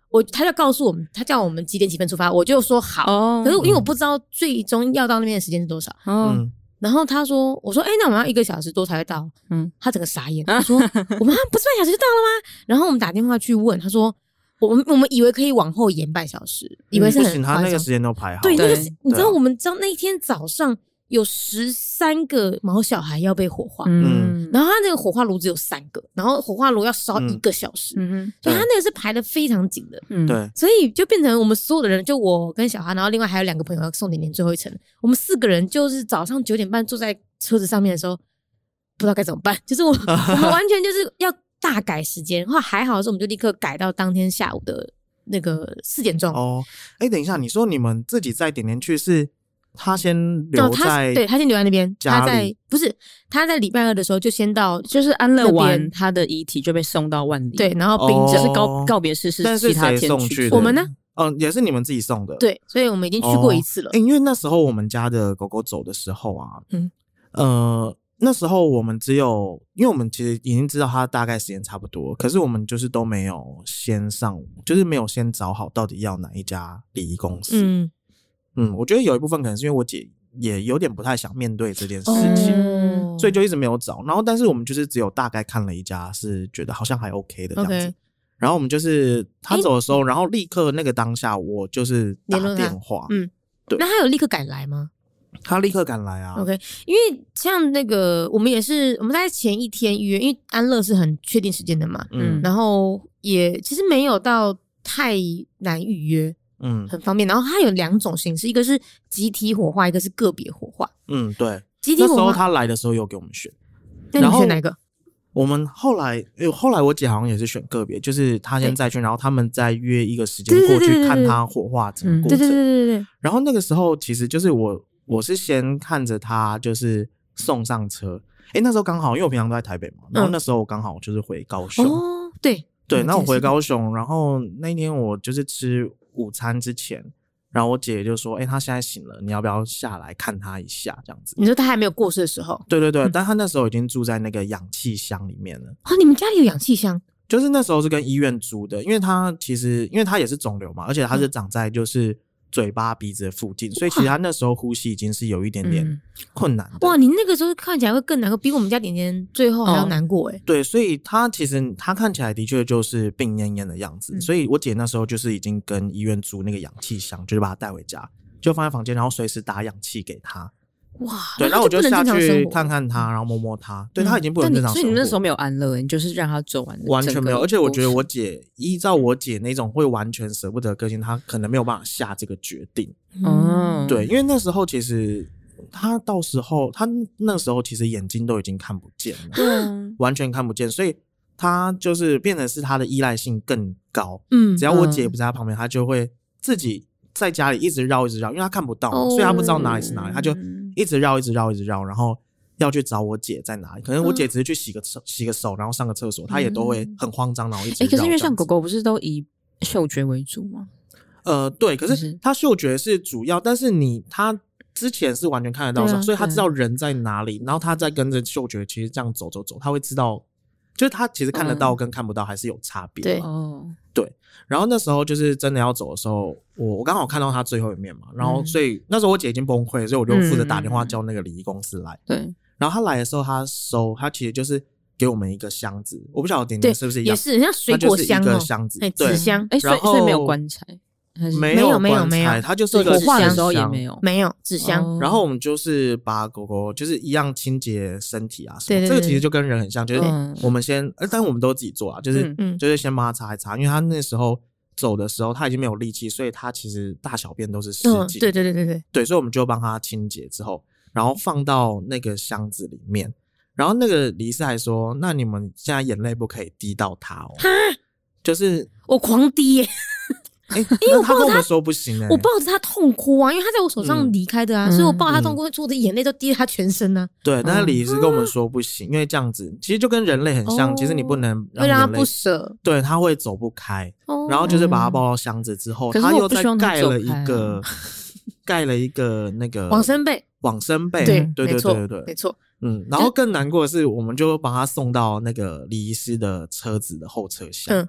我他就告诉我们，他叫我们几点几分出发，我就说好。哦、可是因为我不知道最终要到那边的时间是多少。嗯。然后他说：“我说，哎、欸，那我们要一个小时多才会到。”嗯，他整个傻眼，他说：“我们不是半小时就到了吗？”然后我们打电话去问，他说：“我们我们以为可以往后延半小时，以为是很不行，他那个时间都排好。” 对，那个你知道，我们知道那一天早上有十三个毛小孩要被火化，嗯，然后他那个火化炉只有三个，然后火化炉要烧一个小时，嗯，所以他那个是排得非常紧的， 嗯，对， 所以就变成我们所有的人，就我跟小哈，然后另外还有两个朋友要送点点最后一程，我们四个人就是早上九点半坐在车子上面的时候，不知道该怎么办，就是我我们完全就是要大改时间，后来还好的是我们就立刻改到当天下午的那个四点钟。 哦，哎，等一下，你说你们自己在点点去是？他先留在、 哦、对他先留在那边，他在不是他在礼拜二的时候就先到， 就是安乐完他的遗体就被送到万里， 对，然后并只是告告别式是其他天送去的， 我们呢， 嗯、呃，也是你们自己送的， 对，所以我们已经去过一次了。 哦欸、因为那时候我们家的狗狗走的时候啊，嗯，呃，那时候我们只有，因为我们其实已经知道它大概时间差不多，可是我们就是都没有先上，就是没有先找好到底要哪一家礼仪公司，嗯。嗯，我觉得有一部分可能是因为我姐也有点不太想面对这件事情，哦、所以就一直没有找。然后，但是我们就是只有大概看了一家，是觉得好像还 OK 的这样子。Okay. 然后我们就是他走的时候，欸、然后立刻那个当下，我就是打电话， 嗯， 对。 那他有立刻赶来吗？ 他立刻赶来啊。 OK， 因为像那个我们也是，我们在前一天预约，因为安乐是很确定时间的嘛，嗯，然后也其实没有到太难预约。嗯，很方便。然后它有两种形式，一个是集体火化，一个是个别火化。 嗯，对。 集体火化那时候他来的时候有给我们选， 那你选哪个？ 我们后来，后来我姐好像也是选个别，就是他先再去，然后他们再约一个时间过去看他火化整个过程。 对对对对对。 然后那个时候其实就是我，我是先看着他就是送上车。诶，那时候刚好因为我平常都在台北嘛，然后那时候我刚好就是回高雄。 哦，对对，那我回高雄，然后那一天我就是吃午餐之前，然后我姐就说：“哎、欸，她现在醒了，你要不要下来看她一下？”这样子。 你说她还没有过世的时候？ 对对对，嗯、但她那时候已经住在那个氧气箱里面了。 哦，你们家里有氧气箱？ 就是那时候是跟医院租的，因为她其实因为她也是肿瘤嘛，而且她是长在就是嘴巴鼻子的附近，所以其实她那时候呼吸已经是有一点点困难的。 哇，你那个时候看起来会更难过，比我们家点点最后还要难过哎、欸哦。 对，所以她其实她看起来的确就是病恹恹的样子、嗯，所以我姐那时候就是已经跟医院租那个氧气箱，就是把她带回家，就放在房间，然后随时打氧气给她。 哇， 对，然后我就下去看看她，然后摸摸她，对，她已经不能正常生活。 所以你那时候没有安乐，你就是让她走完， 完全没有。而且我觉得我姐依照我姐那种会完全舍不得个性，她可能没有办法下这个决定。嗯，对，因为那时候其实她到时候她那时候其实眼睛都已经看不见了，对，完全看不见，所以她就是变成是她的依赖性更高。嗯，只要我姐不在她旁边，她就会自己在家里一直绕一直绕，因为她看不到、哦、所以她不知道哪里是哪里，她就一直绕一直绕一直绕，然后要去找我姐在哪里。可能我姐只是去洗个手、嗯、洗个手，然后上个厕所，她也都会很慌张，然后一直绕。 欸、可是因为像狗狗不是都以嗅觉为主吗？ 呃，对，可是它嗅觉是主要，但是你它之前是完全看得到的、啊，所以它知道人在哪里，然后它再跟着嗅觉，其实这样走走走，它会知道，就是它其实看得到跟看不到还是有差别、嗯。对，哦，对。然后那时候就是真的要走的时候，我我刚好看到他最后一面嘛，然后所以那时候我姐已经崩溃了，所以我就负责打电话叫那个礼仪公司来。 对、嗯， 然后他来的时候，他收他其实就是给我们一个箱子，我不晓得点点是不是一样， 也是像水果箱、哦、 一个箱子，对， 纸箱。 哎，所以所以没有棺材。 没有没有没有， 它就是一个火化的时候也没有没有纸箱、哦。 然后我们就是把狗狗就是一样清洁身体啊什么，对对对，这个其实就跟人很像，就是我们先，呃、嗯，但我们都自己做啊，就是、嗯、就是先帮它擦一擦，因为它那时候走的时候它已经没有力气，所以它其实大小便都是湿净、嗯。对对对对对， 对，所以我们就帮它清洁之后，然后放到那个箱子里面。然后那个李医师还说：“那你们现在眼泪不可以滴到它哦。”就是我狂滴耶。 欸、因为他跟我们说不行、欸、 我抱着他痛哭啊，因为他在我手上离开的啊、嗯，所以我抱着他痛哭，我的眼泪都滴他全身呢、啊。 对，但是李医师跟我们说不行、嗯，因为这样子其实就跟人类很像，哦、其实你不能让会让他不舍， 对，他会走不开。哦、然后就是把他抱到箱子之后，他又再盖了一个盖了一个那个往生被， 往生被， 对对对对对对， 没错。 嗯，然后更难过的是，我们就把他送到那个李医师的车子的后车厢。嗯，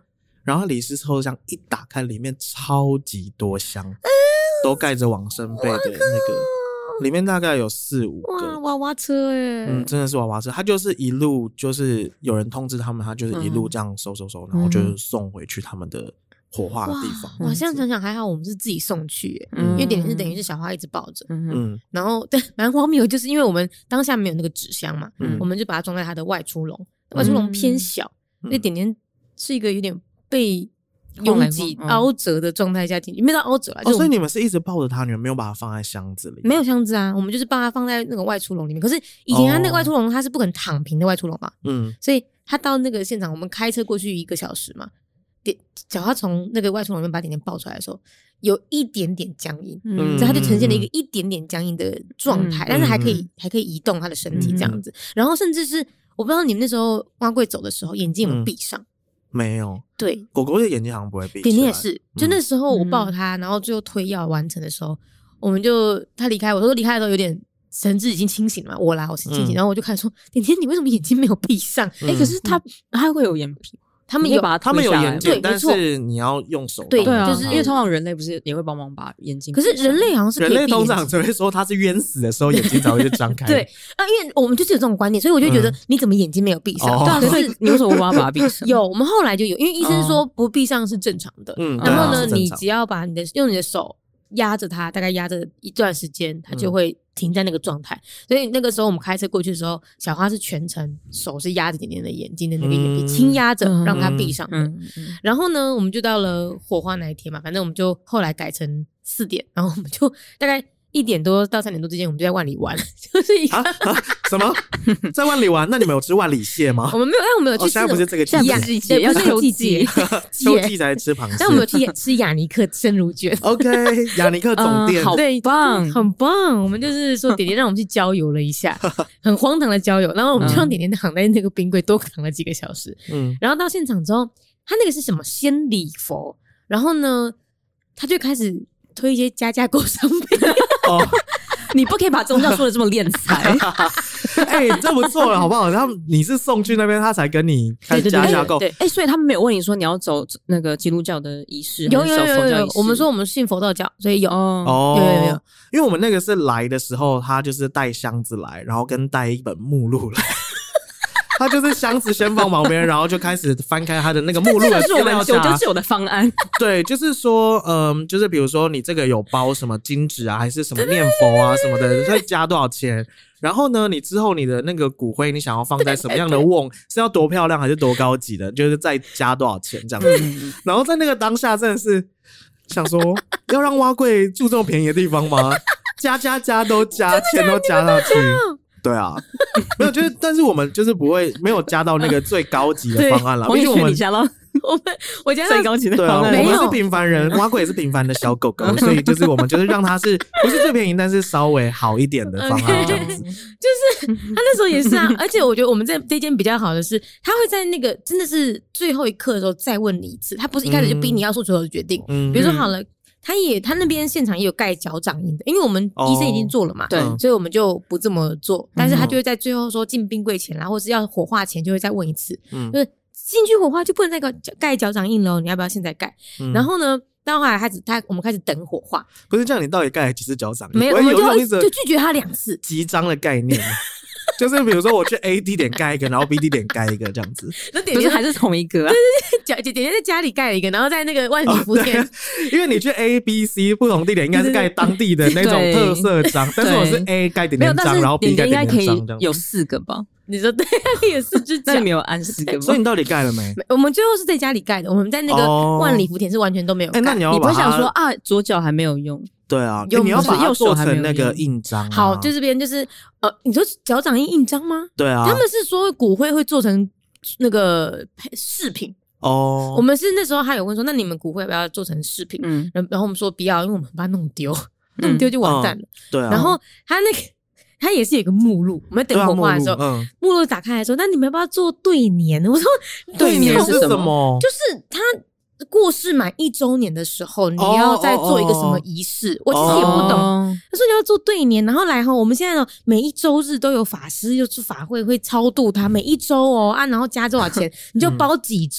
然后离世抽香一打开，里面超级多香，嗯、都盖着往生被的那个。里面大概有四五个哇娃娃车哎， 嗯，真的是娃娃车，他就是一路就是有人通知他们，他就是一路这样收收收，嗯、然后就是送回去他们的火化的地方。 哇，这样想想还好，我们是自己送去，嗯、因为点点是等于是小花一直抱着，嗯，然后但蛮荒谬，就是因为我们当下没有那个纸箱嘛，嗯、我们就把它装在它的外出笼，外出笼偏小，那、嗯、点点是一个有点被拥挤凹折的状态下进去，没到凹折啦。 哦，所以你们是一直抱着它，你们没有把它放在箱子里？ 没有箱子啊，我们就是把它放在那个外出笼里面。可是以前它那个外出笼它是不肯躺平的外出笼嘛，嗯，所以他到那个现场，我们开车过去一个小时嘛，点小花从那个外出笼里面把点点抱出来的时候，有一点点僵硬，嗯，所以它就呈现了一个一点点僵硬的状态，嗯、但是还可以、嗯、还可以移动它的身体这样子。嗯、然后甚至是我不知道你们那时候蛙柜走的时候眼睛有没有闭上？嗯没有， 对， 狗狗的眼睛好像不会闭。 点点也是，就那时候我抱它，嗯、然后最后推药完成的时候，我们就他离开，我说离开的时候有点神志已经清醒了嘛，我啦，我是清醒，嗯、然后我就开始说，点点你为什么眼睛没有闭上？哎、嗯欸，可是他他会有眼皮。他们有， 他们有眼睛，但是你要用手。 对，就是因为通常人类不是也会帮忙把眼睛。 可是人类好像是可以闭眼睛， 人类通常只会说他是冤死的时候眼睛才会去张开。 对啊，因为我们就是有这种观念，所以我就觉得你怎么眼睛没有闭上？ 嗯、 对啊， 所以你为什么不把它闭上？ 有，我们后来就有，因为医生说不闭上是正常的。嗯，然后呢，你只要把你的用你的手压着它，大概压着一段时间，它就会停在那个状态。所以那个时候我们开车过去的时候，小花是全程手是压着点点的眼睛的那个眼皮，轻压着让它闭上的。嗯嗯嗯、然后呢，我们就到了火化那一天嘛，反正我们就后来改成四点，然后我们就大概一点多到三点多之间，我们就在万里玩，就是一个、 啊啊、什么在万里玩？那你们有吃万里蟹吗？ 我们没有，但我们有去吃、 哦。现在不是这个季节， 要秋季， 秋季才吃螃蟹。 但我们有去吃雅尼克生乳卷。 OK， 雅尼克总店， 嗯、好棒，很棒。我们就是说，点点让我们去郊游了一下，很荒唐的郊游。然后我们就让点点躺在那个冰柜多躺了几个小时。嗯，然后到现场之后，他那个是什么仙礼佛？然后呢，他就开始推一些加价购商品。 哦，你不可以把宗教说的这么敛财。 哎、欸，这不错了，好不好？他你是送去那边，他才跟你开始加价购。 哎、欸，所以他们没有问你说你要走那个基督教的仪式， 有有有有有，我们说我们信佛道教，所以有哦， 有有有。 因为我们那个是来的时候，他就是带箱子来，然后跟带一本目录来。他就是箱子先放旁边，然后就开始翻开他的那个目录的资料夹。 九九九的方案， 对，就是说，嗯，就是比如说你这个有包什么金纸啊，还是什么念佛啊什么的，再加多少钱？然后呢，你之后你的那个骨灰，你想要放在什么样的瓮？是要多漂亮还是多高级的？就是再加多少钱这样子。然后在那个当下，真的是想说，要让蛙柜住这么便宜的地方吗？加加加都加，钱都加上去。对啊，没有，就是但是我们就是不会没有加到那个最高级的方案了，毕竟我们加到我们我加到最高级的方案，对啊，我们是平凡人，蛙柜也是平凡的小狗狗，所以就是我们就是让它是不是最便宜，但是稍微好一点的方案这样子。 就是他那时候也是啊，而且我觉得我们在这间比较好的是，他会在那个真的是最后一刻的时候再问你一次，他不是一开始就逼你要做所有的决定，嗯，比如说好了。他也，他那边现场也有盖脚掌印的，因为我们医生已经做了嘛，对、哦，所以我们就不这么做。但是他就会在最后说进冰柜前啦，或是要火化前就会再问一次，嗯，就是进去火化就不能再盖脚掌印了，你要不要现在盖？嗯、然后呢，到后来开始他我们开始等火化， 不是这样，你到底盖了几次脚掌印？ 没有，我们就就拒绝他两次， 集章的概念。就是比如说我去 A 地点盖一个，然后 B 地点盖一个这样子， 那点点还是同一个啊？ 对对对，姐姐在家里盖了一个，然后在那个万里福田、哦， 因为你去 A、B、C 不同地点应该是盖当地的那种特色章，但是我是 A 盖点点章，然后 B 盖点点章，这样有四个吧？ 你说对，有四只脚， 那你没有按四个吗？ 所以你到底盖了没？ 我们最后是在家里盖的，我们在那个万里福田是完全都没有盖。 欸、那你要你不会想说啊，左脚还没有用？ 对啊，欸、你要把它做成那个印章、啊。 好，就这边就是呃，你说脚掌印印章吗？ 对啊， 他们是说骨灰会做成那个饰品哦。我们是那时候还有问说，那你们骨灰要不要做成饰品？嗯，然后我们说不要，因为我们很怕弄丢，弄丢就完蛋了。嗯、 对啊。 然后他那个他也是有一个目录，我们等火化的时候，啊、目录、嗯、打开来说，那你们要不要做对年？我说对年是什么？ 就是他。过世满一周年的时候，你要再做一个什么仪式？ Oh, oh, oh, oh. 我其实也不懂。他说你要做对年，然后来哈，我们现在呢每一周日都有法师，又是法会会超度他，每一周哦啊，然后加多少钱，你就包几周，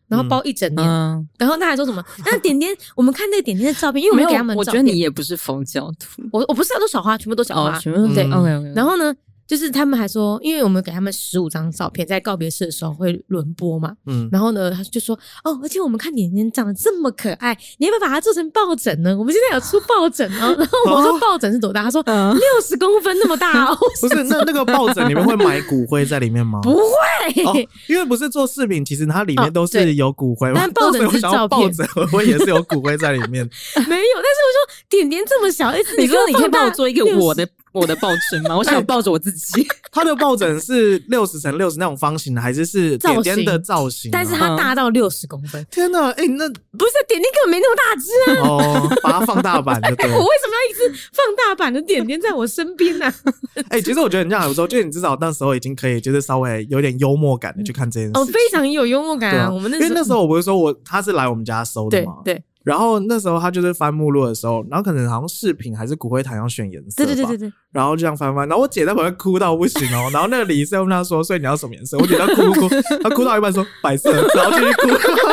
然后包一整年，嗯、然后他还说什么？那点点，我们看那个点点的照片，因为我们给他们照片， 我觉得你也不是佛教徒， 我我不是都小花，全部都小花， 哦、全部都对、嗯、，OK OK。 然后呢？就是他们还说，因为我们给他们十五张照片，在告别式的时候会轮播嘛，嗯，然后呢，他就说，哦，而且我们看点点长得这么可爱，你要不要把它做成抱枕呢？我们现在有出抱枕哦。然后我说抱枕是多大？他说六十公分那么大哦。 不是，那那个抱枕里面会埋骨灰在里面吗？ 不会、 哦，因为不是做饰品，其实它里面都是有骨灰， 哦、但抱枕是照片， 抱枕会不会也是有骨灰在里面？ 没有，但是我说点点这么小，一直你说你可以帮我做一个我的。我的抱枕吗？我想抱着我自己。 他的抱枕是六十乘六十那种方形的，还是是点点的造型？ 但是它大到六十公分。嗯、 天哪！哎、欸，那不是点点根本没那么大只啊！ 哦，把它放大版就对了。 我为什么要一直放大版的点点在我身边呢、啊？ 哎、欸，其实我觉得你这样还不错，就你至少那时候已经可以，就是稍微有点幽默感的去看这件事。 哦，非常有幽默感啊！啊我们那因为那时候我不是说我他是来我们家收的嘛， 对。对然后那时候他就是翻目录的时候，然后可能好像饰品还是骨灰坛要选颜色吧， 对对对对对。 然后这样翻翻，然后我姐在旁边哭到不行哦，然后那个礼仪师问她说：“所以你要什么颜色？”我姐在哭哭，她哭到一半说：“白色。”然后继续哭。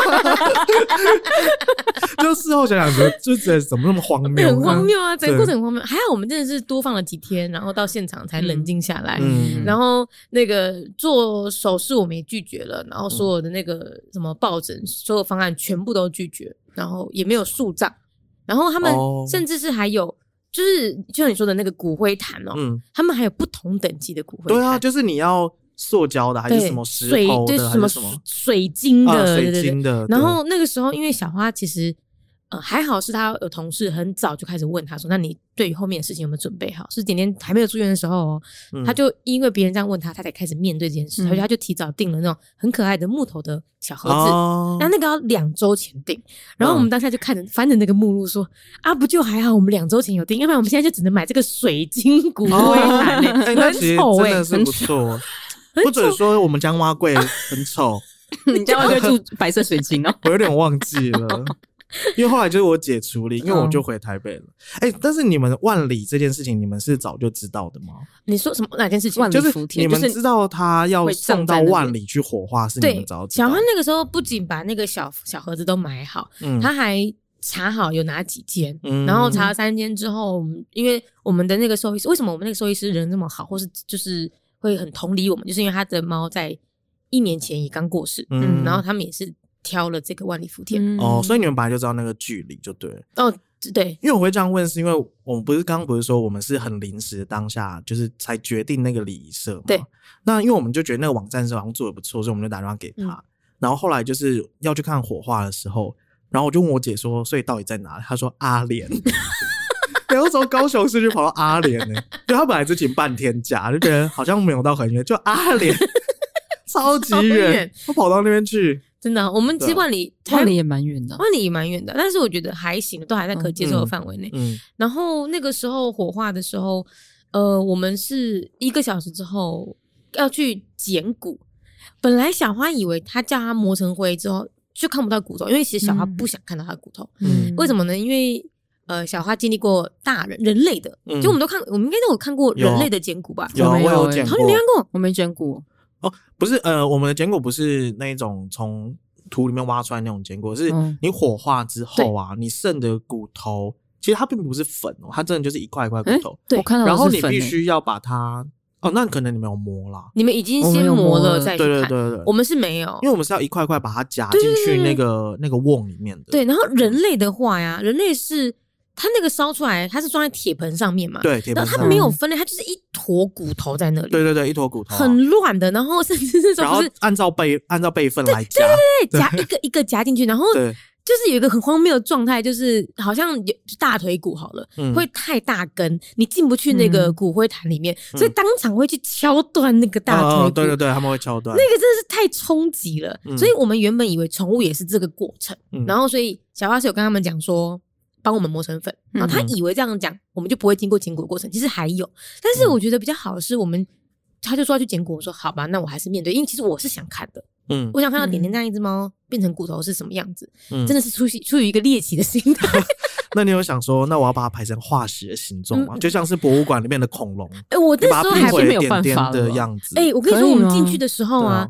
就事后想想说，就觉得怎么那么荒谬？ 很荒谬啊，整个过程很荒谬。还好我们真的是多放了几天，然后到现场才冷静下来。嗯、然后那个做手术我们也拒绝了，然后所有的那个什么抱枕，所有方案全部都拒绝。然后也没有树葬，然后他们甚至是还有，哦、就是就像你说的那个骨灰坛哦，嗯、他们还有不同等级的骨灰坛。 对啊，就是你要塑胶的还是什么石头的，还是什么水晶的， 啊、水晶的。 对对对。然后那个时候，因为小花其实呃还好是他有同事很早就开始问他说，那你对于后面的事情有没有准备好？是点点还没有住院的时候哦，嗯、他就因为别人这样问他，他才开始面对这件事，而且、嗯、他就提早订了那种很可爱的木头的小盒子， 哦、 然后那个要两周前订，然后我们当下就看着翻着那个目录说、嗯、啊，不就还好，我们两周前有订，要不然我们现在就只能买这个水晶骨灰坛、欸， 哎、欸，很丑哎、欸，真的是不错。不准说我们家蛙柜很丑， 你家蛙柜住白色水晶哦， 我有点忘记了。因为后来就是我姐处理，因为我就回台北了。哎、嗯欸，但是你们万里这件事情，你们是早就知道的吗？ 你说什么哪件事情？ 万里福田， 就是你们知道他要送到万里去火化，是你们早知道。 小花那个时候不仅把那个小小盒子都买好，嗯、他还查好有哪几间，嗯、然后查了三间之后，因为我们的那个兽医师，为什么我们那个兽医师人那么好，或是就是会很同理我们，就是因为他的猫在一年前也刚过世，嗯，然后他们也是。挑了这个万里福田、 嗯、哦，所以你们本来就知道那个距离就对了哦，对， 因为我会这样问，是因为我们不是刚刚不是说我们是很临时的当下，就是才决定那个礼仪社嘛。 对， 那因为我们就觉得那个网站是好像做的不错，所以我们就打电话给他。嗯、然后后来就是要去看火化的时候，然后我就问我姐说，所以到底在哪？她说阿莲。然后从高雄市区跑到阿莲呢、欸，就他本来之前半天假，就觉得好像没有到很远，就阿莲超级远，他跑到那边去。 真的、啊，我们其实万里万里也蛮远的， 万里也蛮远的，但是我觉得还行，都还在可接受的范围内。嗯，嗯然后那个时候火化的时候，呃，我们是一个小时之后要去捡骨。本来小花以为他叫他磨成灰之后就看不到骨头，因为其实小花不想看到他的骨头。嗯，为什么呢？因为呃，小花经历过大人人类的，嗯、就我们都看，我们应该都有看过人类的捡骨吧？ 有，我有捡过。 你没看过？ 我没捡过。 哦，不是，呃，我们的捡骨不是那种从土里面挖出来那种捡骨，是你火化之后啊，嗯、你剩的骨头，其实它并不是粉哦，它真的就是一块一块骨头。 对， 我看到的是粉。 然后你必须要把它，哦，那可能你们有磨啦， 你们已经先磨了再去看。 对对对对， 我们是没有， 因为我们是要一块块把它夹进去那个那个瓮里面的。 对，然后人类的话呀，人类是。它那个烧出来，它是装在铁盆上面嘛？ 对，铁盆上面。 然后它没有分类，它就是一坨骨头在那里。 对对对，一坨骨头、啊， 很乱的。然后甚至是然后按照辈按照辈分来夹， 对对对，夹一个一个夹进去。然后就是有一个很荒谬的状态，就是好像有大腿骨好了，嗯、会太大根，你进不去那个骨灰坛里面，嗯、所以当场会去敲断那个大腿骨。 哦、对对对，他们会敲断。 那个真的是太冲击了，嗯、所以我们原本以为宠物也是这个过程，嗯、然后所以小花是有跟他们讲说。帮我们磨成粉，然后他以为这样讲，我们就不会经过捡骨的过程。其实还有，但是我觉得比较好的是，我们他就说要去捡骨，我说好吧，那我还是面对，因为其实我是想看的，嗯，我想看到点点这样一只猫变成骨头是什么样子，嗯，真的是出于出于一个猎奇的心态。 那你有想说，那我要把它排成化石的形状吗？嗯、就像是博物馆里面的恐龙， 哎、欸，我那时候还是没有办法的样子。 哎、欸，我跟你说，我们进去的时候啊。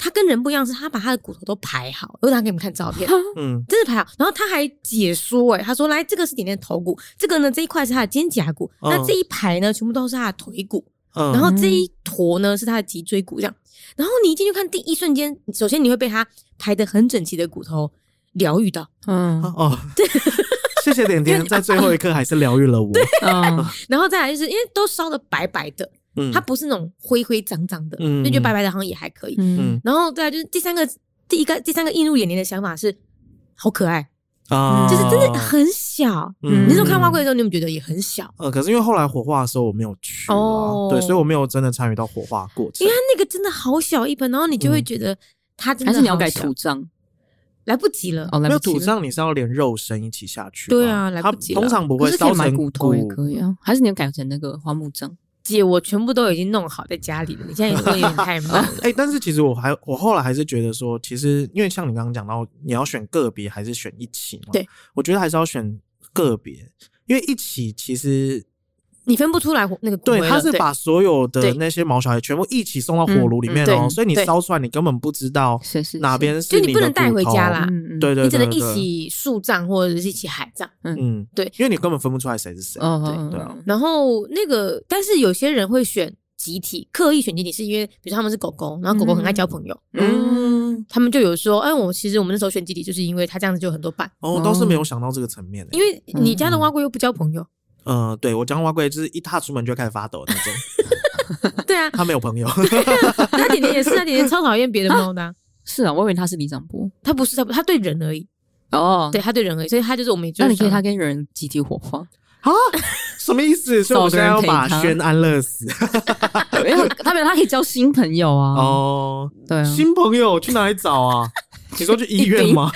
他跟人不一样，是他把他的骨头都排好，我拿给你们看照片，嗯，真的排好。然后他还解说，哎，他说来，这个是点点头骨，这个呢这一块是他的肩胛骨，嗯、那这一排呢全部都是他的腿骨，嗯、然后这一坨呢是他的脊椎骨，这样。然后你一进去看，第一瞬间，首先你会被他排得很整齐的骨头疗愈到，嗯哦，对。谢谢点点，在最后一刻还是疗愈了我。 嗯，然后再来就是因为都烧得白白的，嗯，它不是那种灰灰脏脏的，嗯，就觉得白白的好像也还可以。嗯，然后再来就是第三个，第一个第三个映入眼帘的想法是，好可爱啊，就是真的很小。嗯，你那时候看蛙柜的时候，你有没有觉得也很小？ 呃，可是因为后来火化的时候我没有去，哦，对，所以我没有真的参与到火化过程。 因为它那个真的好小一盆，然后你就会觉得它真的好小。 还是你要改土葬？ 来不及了， 哦， 没有土葬，你是要连肉身一起下去。 对啊，来不及了。 通常不会烧成骨头也可以啊，还是你要改成那个花木葬？ 姐，我全部都已经弄好在家里了，你现在有点太慢了。 哎、欸，但是其实我还我后来还是觉得说，其实因为像你刚刚讲到，你要选个别还是选一起嘛？ 对， 我觉得还是要选个别，因为一起其实。 你分不出来那个骨灰了， 对，他是把所有的那些毛小孩全部一起送到火炉里面哦，所以你烧出来你根本不知道哪边是你的骨头，就你不能带回家啦。 对对对， 你只能一起树葬或者是一起海葬。嗯，对， 因为你根本分不出来谁是谁。对对啊。 然后那个，但是有些人会选集体，刻意选集体，是因为比如说他们是狗狗，然后狗狗很爱交朋友，嗯，他们就有说，哎，我其实我们那时候选集体，就是因为他这样子就有很多伴。 哦，我倒是没有想到这个层面， 因为你家的蛙龟又不交朋友。 呃，对，我讲蛙龟就是一踏出门就会开始发抖那种。 对啊， 他没有朋友。 他点点也是，他点点超讨厌别的猫的、啊。 是啊，我以为他是里长伯， 他不是，他他对人而已。 哦， 对，他对人而已，所以他就是我们也就是。 那你可以他跟人集体火化啊？什么意思？所以我现在要把轩安乐死。 没有，他没有，他可以交新朋友啊。 哦， 对啊， 新朋友去哪里找啊？你说去医院吗？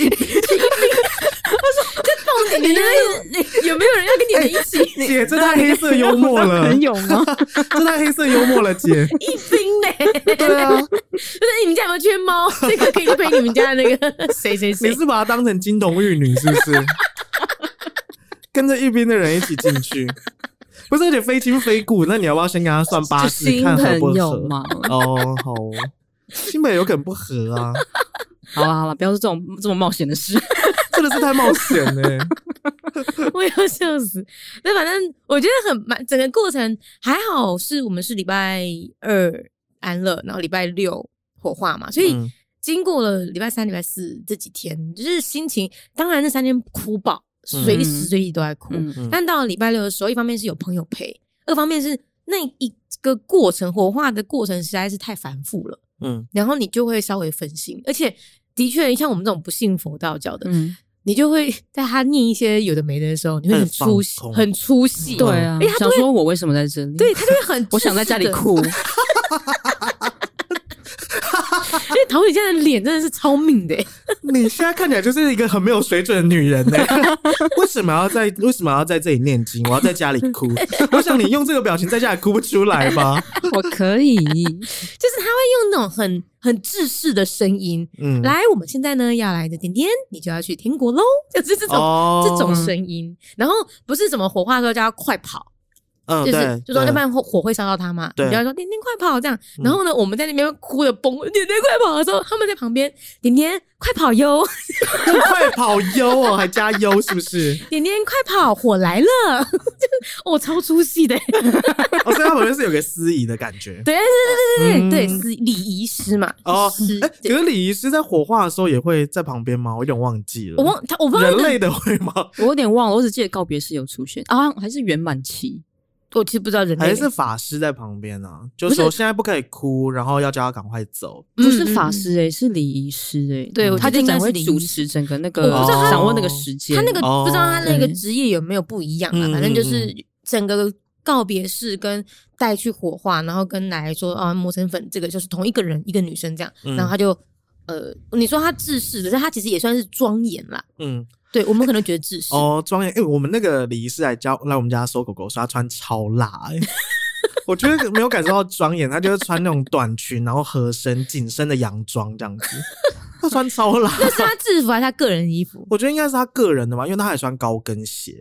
你觉得有没有人要跟你们一起？ 欸、姐，这太黑色幽默了， 很有吗？ 这太黑色幽默了，姐。 一冰呢？对啊，就是你们家有没有缺猫？这个可以去陪你们家那个谁谁谁。 你是把它当成金童玉女是不是？跟着一冰的人一起进去，不是，而且非亲非故，那你要不要先跟他算八字，看合不合嘛？哦，好，新朋友有可能不合啊。 好了好了，不要说这种这么冒险的事。 真的是太冒险了、欸， 我要笑死。那反正我觉得很蛮，整个过程还好，是我们是礼拜二安乐，然后礼拜六火化嘛，所以经过了礼拜三、礼拜四这几天，就是心情，当然那三天哭爆，随时随地都在哭。嗯嗯、但到了礼拜六的时候，一方面是有朋友陪，二方面是那一个过程，火化的过程实在是太繁复了，嗯，然后你就会稍微分心，而且。的确，像我们这种不信佛道教的，嗯，你就会在他念一些有的没的的时候，你会很出戏，很出戏。 对啊，因为他想说我为什么在这里？ 对，他就会很， 我想在家里哭。 因为桃李现在的脸真的是超命的、欸， 你现在看起来就是一个很没有水准的女人呢、欸。为什么要在为什么要在这里念经？我要在家里哭。我想你用这个表情在家里哭不出来吧？ 我可以，就是他会用那种很很制式的声音，嗯，来，我们现在呢要来的点点，你就要去天国喽，就是这种、哦、这种声音。然后不是什么火化的时候叫他快跑。 嗯， 就是就说要不然火会烧到他嘛，你就要说点点快跑这样。然后呢，我们在那边哭的崩，点点快跑的时候，他们在旁边，点点快跑哟， 快跑哟哦，还加油是不是？ 点点快跑，火来了，哦，超出戏的。 哦，所以他旁边是有个司仪的感觉。 对对对对对对，司礼仪师嘛。 哦，哎，可是礼仪师在火化的时候也会在旁边吗？我有点忘记了。 我忘他，我不知道人类的会吗？ 我有点忘了，我只记得告别式有出现啊，还是圆满期。 我其实不知道人类还是法师在旁边啊，就是说现在不可以哭，然后要叫他赶快走。 不是法师诶、欸，是礼仪师诶、欸。 对， 他就应该会主持整个那个， 我不知道他掌握那个时间。 他那个不知道他那个职业有没有不一样啊？反正就是整个告别式跟带去火化，然后跟来说啊磨成粉，这个就是同一个人，一个女生这样，然后他就呃，你说他制式的，但他其实也算是庄严啦。嗯。对，我们可能觉得自私哦，庄严。哎、欸，我们那个礼仪师来教来我们家收狗狗，说他穿超辣、欸，我觉得没有感受到庄严，他就是穿那种短裙，然后合身紧身的洋装这样子，他穿超辣。 那是他制服还是他个人衣服？ 我觉得应该是他个人的吧，因为他还穿高跟鞋啊。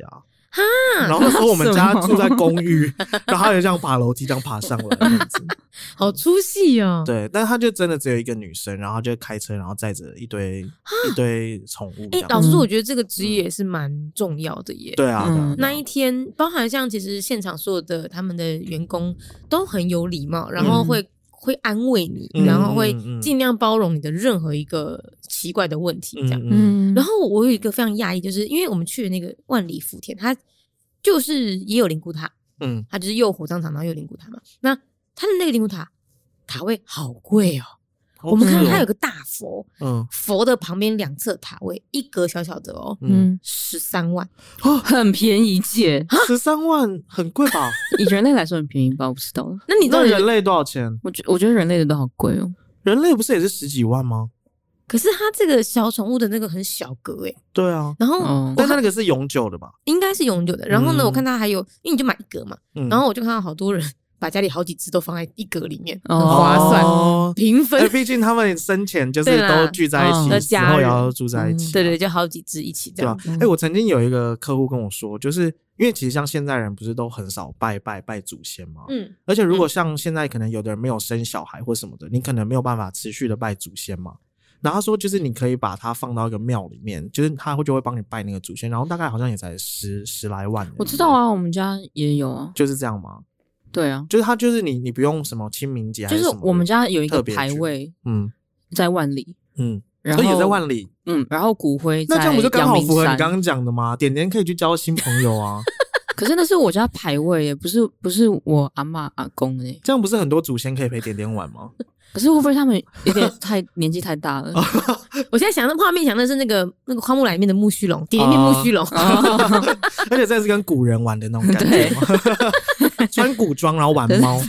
哈， 然后那时候我们家住在公寓，然后他就这样爬楼梯这样爬上来这样子， 好粗细哦。 对，但他就真的只有一个女生，然后他就开车，然后载着一堆一堆宠物。哎、欸， 老实说，我觉得这个职业也是蛮重要的耶。 对啊，嗯、 那一天包含像其实现场所有的他们的员工都很有礼貌，然后会、嗯、会安慰你，然后会尽量包容你的任何一个奇怪的问题这样。嗯，然后我有一个非常讶异，就是因为我们去的那个万里福田，它就是也有灵骨塔，嗯，它就是又火葬场，然后又有灵骨塔嘛。那它的那个灵骨塔塔位好贵哦。我们看到它有个大佛，嗯，佛的旁边两侧塔位，一格小小的哦，嗯，十三万， 哦，很便宜姐， 十三万很贵吧？ 以人类来说很便宜吧？我不知道。 那你那人类多少钱？ 我觉我觉得人类的都好贵哦。 人类不是也是十几万吗？ 可是它这个小宠物的那个很小格诶。 对啊。 然后， 嗯、但它那个是永久的吧？ 应该是永久的。然后呢，嗯、我看它还有，因为你就买一格嘛，嗯、然后我就看到好多人把家里好几只都放在一格里面，很划算，哦、平分。 毕竟他们生前就是都聚在一起，死后也要住在一起、啊嗯。 对对，就好几只一起这样。 对吧？哎、欸，我曾经有一个客户跟我说，就是因为其实像现在人不是都很少拜拜拜祖先吗？嗯。而且如果像现在可能有的人没有生小孩或什么的，你可能没有办法持续的拜祖先嘛。然后他说，就是你可以把它放到一个庙里面，就是他会就会帮你拜那个祖先，然后大概好像也才十十来万。 我知道啊，我们家也有啊。 就是这样吗？ 对啊， 就是他就是你你不用什么清明节还是什么， 就是我们家有一个牌位，嗯，在万里， 嗯，然后也在万里， 嗯，然后骨灰在那这样不就刚好符合你刚刚讲的吗？点点可以去交新朋友啊。 可是那是我家牌位耶，不是不是我阿嬷阿公耶。 这样不是很多祖先可以陪点点玩吗？ 可是会不会他们有点太年纪太大了？ 我现在想的画面想的是那个那个花木兰里面的木须龙，点点面木须龙， 而且这是跟古人玩的那种感觉吗？穿古装然后玩猫。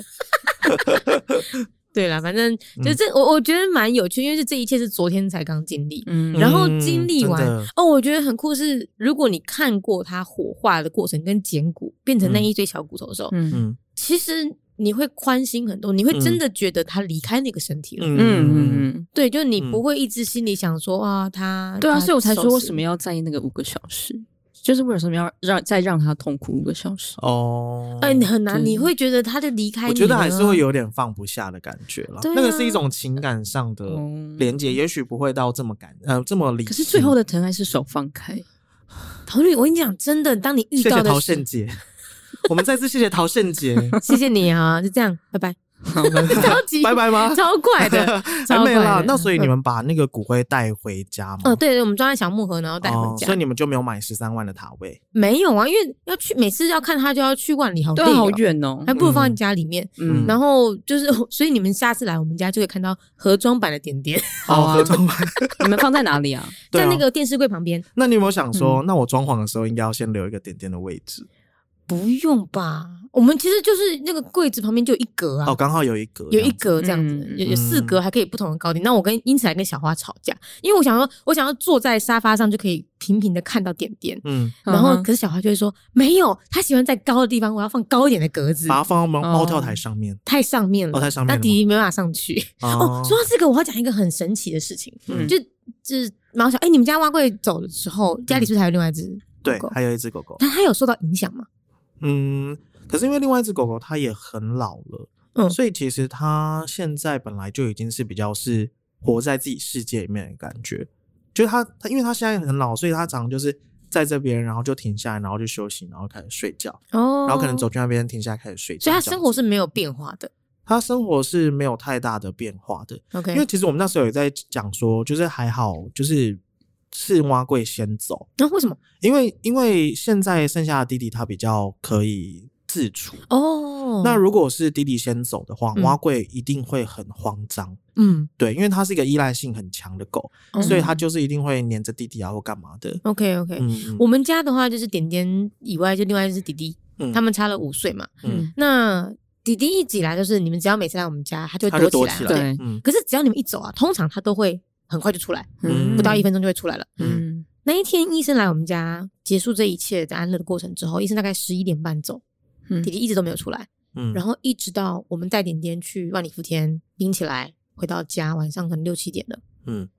对啦，反正就这，我我觉得蛮有趣，因为是这一切是昨天才刚经历，嗯，然后经历完、嗯、哦，我觉得很酷是，如果你看过它火化的过程跟捡骨变成那一堆小骨头的时候，嗯，其实你会宽心很多，你会真的觉得他离开那个身体了，嗯嗯嗯，对，就你不会一直心里想说啊，他对啊，所以我才说为什么要在意那个五个小时。就是为什么要让再让他痛苦五个小时哦？ 哎、欸，很难，你会觉得他就离开你， 我觉得还是会有点放不下的感觉了。啊、那个是一种情感上的连接，嗯、也许不会到这么感呃这么理性。 可是最后的疼爱是手放开。 陶律，我跟你讲，真的，当你遇到的，谢谢陶圣杰，我们再次谢谢陶圣杰， 谢谢你啊，就这样，拜拜。超级拜拜吗？ 超快的， 还没啦。那所以你们把那个骨灰带回家吗？ 哦、嗯，对对，我们装在小木盒，然后带回家、哦。 所以你们就没有买十三万的塔位？ 没有啊，因为要去每次要看他就要去万里，好累、哦， 好远哦， 还不如放在家里面。嗯，然后就是，所以你们下次来我们家就可以看到盒装版的点点。 哦，盒装版， 你们放在哪里啊？ 在那个电视柜旁边。 那你有没有想说，嗯、那我装潢的时候应该要先留一个点点的位置？ 不用吧，我们其实就是那个柜子旁边就有一格啊， 哦，刚好有一格， 有一格这样子，嗯、有有四格，还可以不同的高低。那、嗯、我跟因此还跟小花吵架，因为我想说，我想要坐在沙发上就可以平平的看到点点，嗯，然后可是小花就会说没有，他喜欢在高的地方，我要放高一点的格子， 把它放到猫猫跳台上面， 哦、太上面了， 哦，太上面了， 那弟弟没办法上去。哦，哦说到这个，我要讲一个很神奇的事情，嗯、就就是毛小，哎、欸，你们家蛙贵走的时候，家里是不是还有另外一只狗狗？ 对，还有一只狗狗， 但它有受到影响吗？ 嗯，可是因为另外一只狗狗它也很老了，嗯，所以其实它现在本来就已经是比较是活在自己世界里面的感觉，就是它它因为它现在很老，所以它常常就是在这边，然后就停下来，然后就休息，然后开始睡觉，哦，然后可能走去那边停下来开始睡觉， 所以它生活是没有变化的， 它生活是没有太大的变化的。 OK， 因为其实我们那时候也在讲说，就是还好，就是是蛙贵先走， 那、啊、为什么？ 因为因为现在剩下的弟弟他比较可以自处哦。那如果是弟弟先走的话，蛙贵一定会很慌张。嗯，对，因为它是一个依赖性很强的狗，嗯、所以它就是一定会黏着弟弟啊或干嘛的。 OK OK，嗯，我们家的话就是点点以外，就另外一只弟弟，嗯、他们差了五岁嘛。嗯，那弟弟一直以来就是你们只要每次来我们家，他就会躲起来。对，嗯、可是只要你们一走啊，通常他都会很快就出来，嗯、不到一分钟就会出来了。嗯，那一天医生来我们家结束这一切的安乐的过程之后，医生大概十一点半走，嗯、弟弟一直都没有出来。嗯，然后一直到我们带点点去万里福田冰起来，回到家晚上可能六七点了。嗯，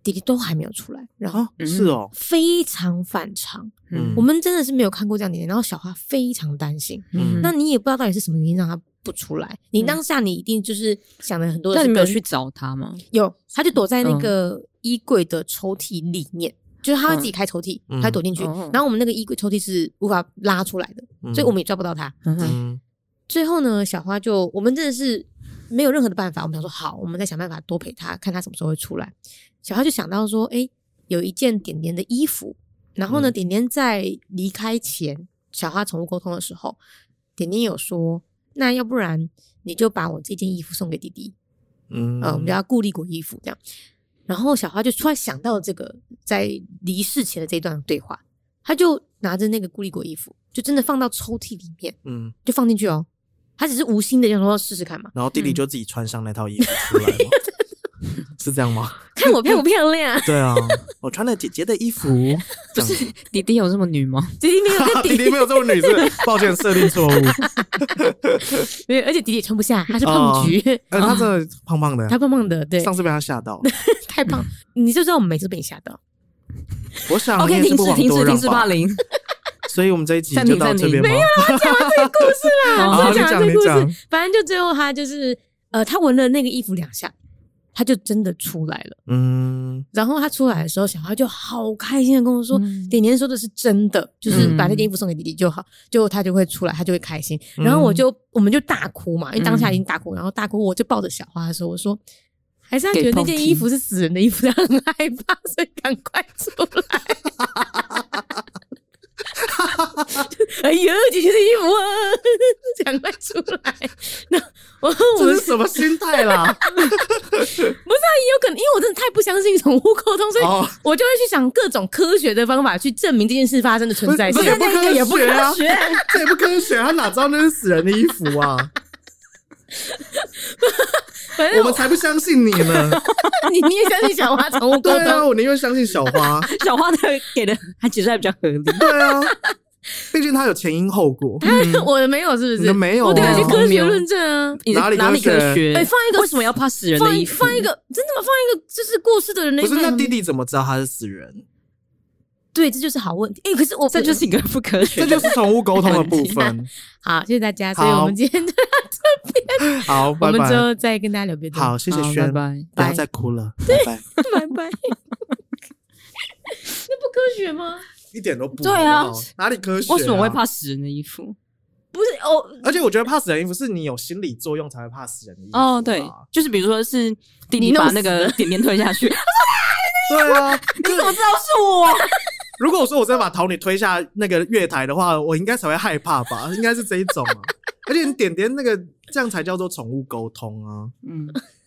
弟弟都还没有出来，然后、 啊、是哦， 非常反常。嗯，我们真的是没有看过这样的弟弟，然后小花非常担心。嗯，那你也不知道到底是什么原因让他不出来，你当下你一定就是想了很多的。 那你没有去找他吗？ 有，他就躲在那个衣柜的抽屉里面，嗯、就是他会自己开抽屉，嗯、他躲进去、嗯。然后我们那个衣柜抽屉是无法拉出来的，嗯、所以我们也抓不到他。嗯，最后呢，小花就我们真的是没有任何的办法，我们想说好，我们再想办法多陪他，看他什么时候会出来。小花就想到说，哎，有一件点点的衣服，然后呢，嗯、点点在离开前，小花宠物沟通的时候，点点有说，那要不然你就把我这件衣服送给弟弟，嗯，呃、我们叫顾立国衣服这样。然后小花就突然想到这个在离世前的这一段对话，他就拿着那个顾立国衣服，就真的放到抽屉里面，嗯，就放进去哦。他只是无心的想说试试看嘛， 然后弟弟就自己穿上那套衣服出来嘛。是这样吗？ 看我漂不漂亮？ 对啊，我穿了姐姐的衣服。 不是弟弟有这么女吗？ 弟弟没有， 弟弟没有这么女，是抱歉，设定错误。 没有，而且弟弟也穿不下，他是胖橘， 呃，他真的胖胖的， 他胖胖的，对。 上次被他吓到， 太胖，你就知道我们每次被你吓到。 我想 ，OK， 停止，停止，停止霸凌。 所以我们这一集就到这边吗？ 没有啊，讲完这个故事啦， 好， 讲完这个故事，反正就最后他就是呃，他闻了那个衣服两下。他就真的出来了，嗯，然后他出来的时候，小花就好开心的跟我说：“嗯、点点说的是真的，就是把那件衣服送给弟弟就好，就他就会出来，他就会开心。嗯”然后我就我们就大哭嘛，因为当下已经大哭，然后大哭，我就抱着小花的时候，我说：“还是他觉得那件衣服是死人的衣服，他很害怕，所以赶快出来。”哎呦，姐姐的衣服啊，赶快出来！那我这是什么心态啦？ 不是啊，也有可能，因为我真的太不相信宠物沟通，所以我就会去想各种科学的方法去证明这件事发生的存在性。 也不科学， 也不科学， 这也不科学，他哪知道那是死人的衣服啊？我, 我们才不相信你呢！ 你你也相信小花宠物沟通？ 对啊，我宁愿相信小花。 小花的给的，他其实还比较合理。 对啊，毕竟他有前因后果。 嗯、我的没有，是不是？ 你的没有、啊， 我得有去科学论证啊。 哪里哪里科学？ 哎、欸，放一个为什么要怕死人的衣服？ 放一个真的吗？放一个就是过世的人的衣服。 不是，那弟弟怎么知道他是死人？ 对，这就是好问题。哎、欸，可是我这就是一个不科学， 这就是宠物沟通的部分。 好，谢谢大家。所以我们今天就到这边。 好，拜拜。 我们之后再跟大家聊别的。 好，谢谢轩， 拜拜， 不要再哭了，拜拜， 拜拜。那不科学吗？ 一点都不。 对啊， 哪里科学、啊？ 为什么会怕死人的衣服？ 不是哦， 而且我觉得怕死人的衣服是你有心理作用才会怕死人的衣服。 哦，对，就是比如说是弟弟把那个点点推下去。 对啊， 你怎么知道是我？ 如果我说我真的把桃女推下那个月台的话，我应该才会害怕吧？应该是这一种啊。而且你点点那个这样才叫做宠物沟通啊。嗯。